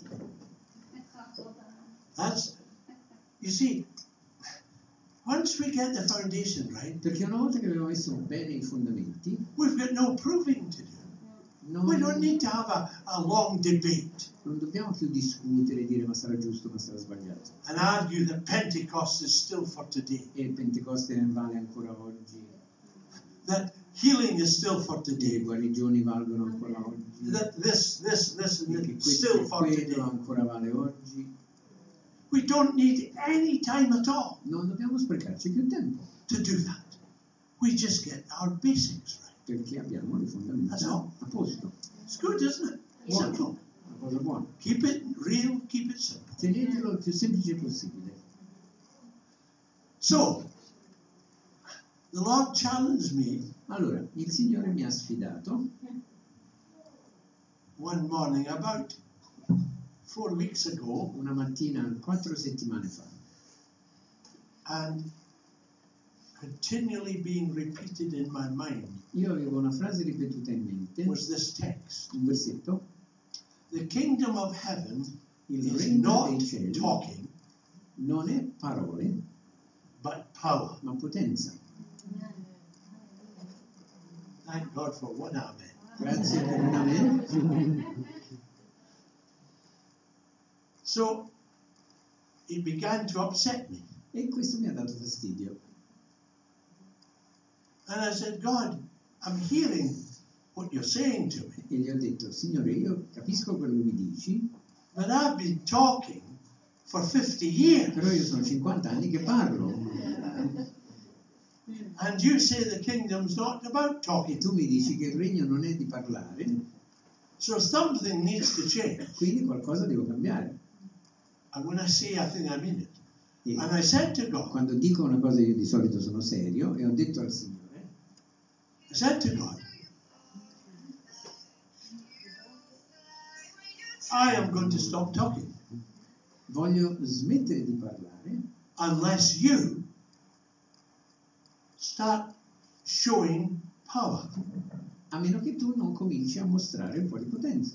That's, you see, once we get the foundation right, Perché una volta che abbiamo messo bene i fondamenti, we've got no proving to do. We don't need to have a long debate non dobbiamo più discutere e dire ma sarà giusto, ma sarà sbagliato. and argue that Pentecost is still for today, E il Pentecoste vale ancora oggi, that healing is still for le today, guarigioni valgono ancora oggi, that this and e che that questo still e for quello today. ancora vale oggi. We don't need any time at all Non dobbiamo sprecarci più tempo, to do that. We just get our basics right. perché abbiamo le fondamenta That's all. a posto. It's good, isn't it? Simple. Una cosa buona. Keep it real, keep it simple. Tenetelo il più semplice possibile. So, the Lord challenged me Allora, il Signore mi ha sfidato one morning about 4 weeks ago, una mattina 4 settimane fa, and continually being repeated in my mind io avevo una frase ripetuta in mente, was this text. un versetto: The kingdom of heaven il is regno not dei cieli talking, non è parole, but power. ma potenza. Thank God for one amen. Grazie per un amen. So, it began to upset me. E questo mi ha dato fastidio. And I said, God, I'm hearing what you're saying to me, E gli ho detto: Signore, io capisco quello che mi dici, but I've been talking for 50 years. però io sono 50 anni che parlo. And you say the kingdom's not about E talking. tu mi dici che il regno non è di parlare, So something needs to change. quindi qualcosa devo cambiare. And when I say I think I mean it. E And I said to God, quando dico una cosa io di solito sono serio e ho detto al Signore, I said to God, I am going to stop talking voglio smettere di parlare unless you start showing power. a meno che tu non cominci a mostrare un po' di potenza.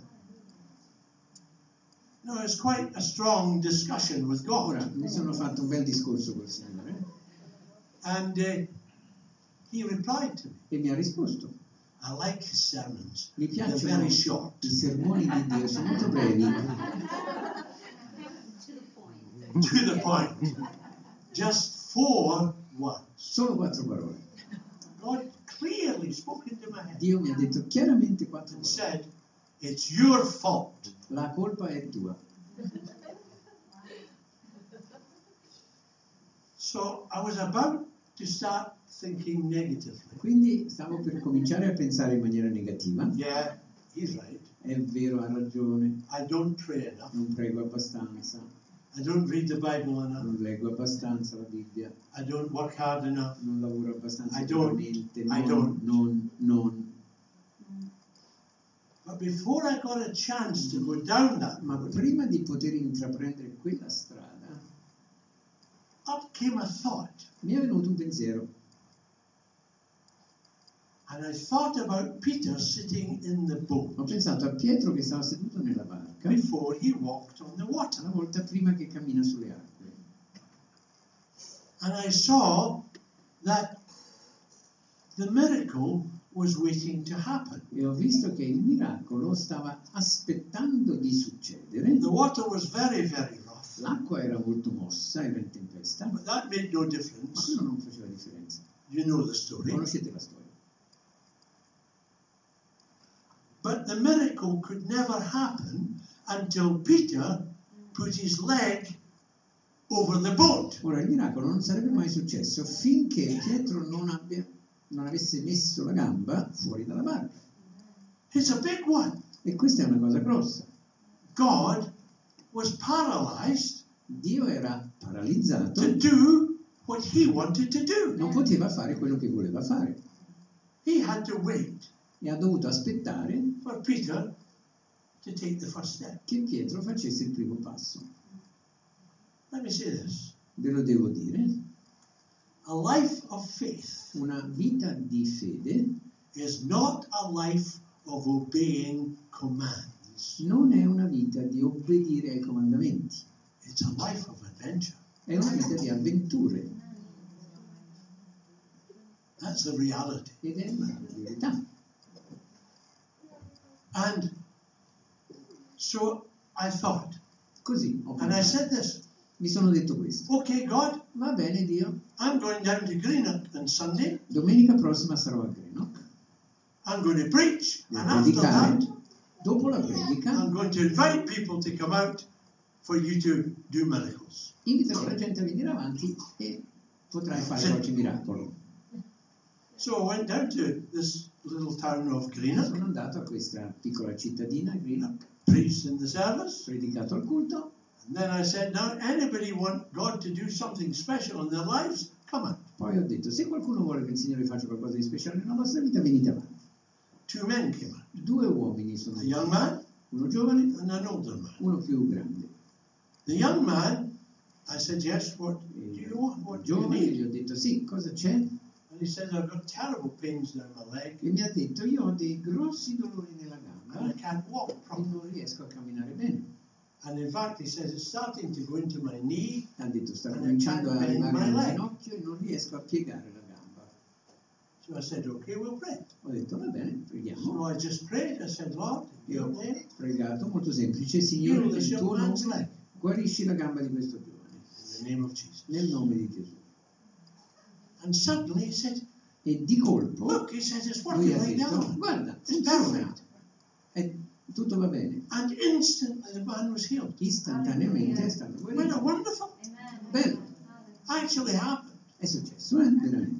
No, it's quite a strong discussion with Ora, God. mi sono fatto un bel discorso col Signore And he replied to me. e mi ha risposto. I like his sermons. Mi They're piacciono very short. i sermoni di Dio, sono molto brevi, To the point. Just 4 words. solo 4 parole. God clearly spoke into my head Dio mi ha detto chiaramente 4 and parole. said, it's your fault. La colpa è tua. So I was about to start thinking negatively. Quindi stavo per cominciare a pensare in maniera negativa. Yeah, he's right. È vero, ha ragione, I don't pray enough. non prego abbastanza, I don't read the Bible enough. non leggo abbastanza la Bibbia, I don't work hard enough. non lavoro abbastanza I don't. duramente, I don't. non. But before I got a chance to go down that Ma road, prima di poter intraprendere quella strada, up came a thought. mi è venuto un pensiero. And I thought about Peter sitting in the boat Ho pensato a Pietro che stava seduto nella barca, before he walked on the water. una volta prima che cammina sulle acque. And I saw that the miracle was waiting to happen. E ho visto che il miracolo stava aspettando di succedere. The water was very, very rough, L'acqua era molto mossa, era in tempesta, but that made no ma difference. quello non faceva differenza. You know the story. Conoscete la storia. But the miracle could never happen until Peter put his leg over the boat. Ora, il miracolo non sarebbe mai successo finché Pietro non avesse messo la gamba fuori dalla barca. It's a big one. E questa è una cosa grossa. God was paralyzed Dio era paralizzato, to do what he wanted to do. non poteva fare quello che voleva fare He had to wait e ha dovuto aspettare for Peter to take the first step. che Pietro facesse il primo passo. Let me say this. Ve lo devo dire, A life of faith una vita di fede is not a life of obeying commands. non è una vita di obbedire ai comandamenti, It's a life of adventure. è una vita di avventure That's the reality. ed è una verità. And so I thought, Così ho and I pensato. said this, Mi sono detto questo. okay, God, Va bene Dio, I'm going down to Greenock on Sunday. domenica prossima sarò a Greenock, I'm going to preach. devo And after predicare. that, Dopo la predica I'm going to invite people to come out for you to do miracles. inviterò la gente a venire avanti e potrai fare qualche miracolo. So I went down to this little town of Greenock, Sono andato a questa piccola cittadina, Greenock, preached in the service, predicato al culto, and then I said, now anybody want God to do something special in their lives, come on. poi ho detto se qualcuno vuole che il Signore faccia qualcosa di speciale nella vostra vita venite avanti. 2 men came out, 2 uomini sono a young man uno giovane, and an older man. uno più grande. The young man, I said, yes, what do E you want? il What do you giovane need? gli ho detto sì, cosa c'è? And he said, I've got terrible pains down my leg E mi ha detto io ho dei grossi dolori nella and gamba I can't walk e properly. non riesco a camminare bene. And in fact, he says, it's starting to go into my knee. Ha detto sta And I cominciando a can't bend arrivare my al leg. ginocchio e non riesco a piegare la gamba. So I said, okay, we'll pray. Ho detto va bene, preghiamo. So I just prayed. I said, Lord, in Io your ho name, pregato, molto semplice, Signore, heal nel this tuo young man's nome, leg. guarisci la gamba di questo giovane, In the name of Jesus. nel nome di Gesù. And suddenly he said, E di colpo look, he says, it's lui working ha like detto, that. guarda, It's funziona, perfect. tutto va bene. And instantly the man was healed. Istantaneamente è stato Wasn't guarito. it wonderful? Bello, Actually happened. è successo, veramente.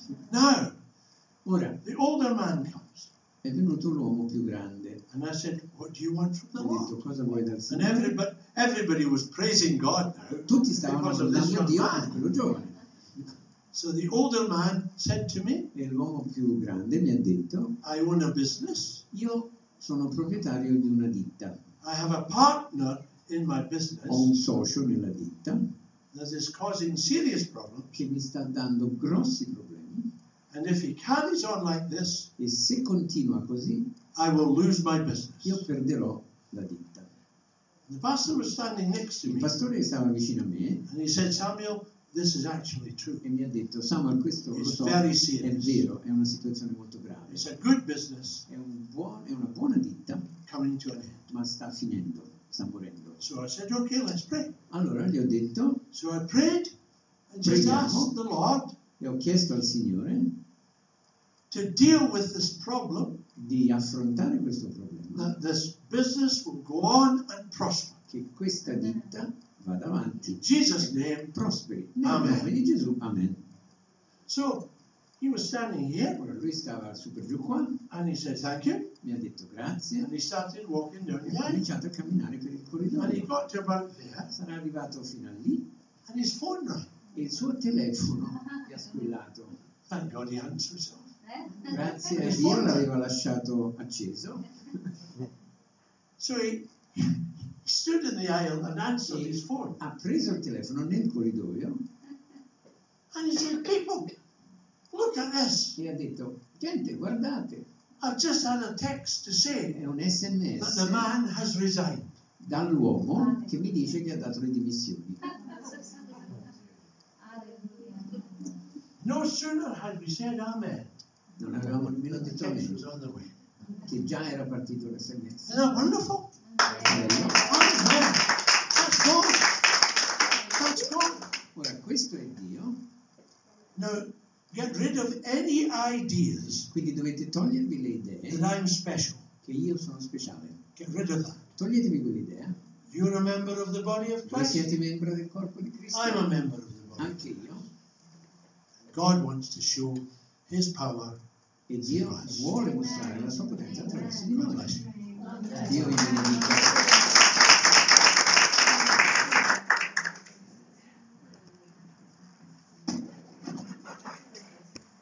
Now, Ora the older man comes, è venuto l'uomo più grande. and I said, what do you want from the Ho detto, Lord? cosa vuoi dal And Signore? everybody was praising God now Tutti stavano because of this lodando young Dio per man. quello giovane. So the older man said to me, E l'uomo più grande mi ha detto, I own a business. io sono proprietario di una ditta, I have a partner in my ho un business socio nella ditta that is causing serious problems. che mi sta dando grossi problemi And if he carries on like this, e se continua così I will lose my io business. perderò la ditta. The pastor was standing next to Il me, pastore stava vicino a me and he said, Samuel, this is actually true. e mi ha detto, Samuel, questo lo It's so, very è serious. vero, è una situazione molto grave, It's a good business è una buona ditta, coming to an end. ma sta finendo, sta morendo. So I said, okay, let's pray. Allora gli ho detto, So I prayed and just Preghiamo. asked the Lord e ho chiesto al Signore to deal with this problem, di affrontare questo problema, that this business will go on and prosper. che questa ditta vada avanti, In Jesus' name. prosperi. Nel Amen. nome di Gesù, amen. So he was standing here Ora lui stava su per giù qua, and he said, thank you. mi ha detto grazie And he started walking down e the ha aisle. cominciato a camminare per il And he corridoio. got to about there Sarà arrivato fino a lì and his phone rang. e il suo telefono gli ha squillato. Thank God he answered himself. Grazie a Dio l'aveva lasciato acceso. So he stood in the aisle and answered his phone. Ha preso il telefono nel corridoio And he said, people, look at this. e ha detto, gente, guardate, I've just had a text to say è un that the SMS man has resigned. dall'uomo che mi dice che ha dato le dimissioni. No sooner had we said amen, Non avevamo nemmeno the detto text was amen, on the way. che già era partito l'SMS. Isn't that wonderful? Bello. Amen. That's God. That's God. Ora, questo è Dio, Now, get rid of any ideas quindi dovete togliervi le idee that I'm special. che io sono speciale. Get rid of that. Toglietevi quell'idea. You're a member of the body of Voi Christ. siete membro del corpo di Cristo. I'm a member of the body. Anche io. God wants to show His power. E Dio vuole mostrare la sua potenza attraverso di God noi. bless you. Dio vi benedica.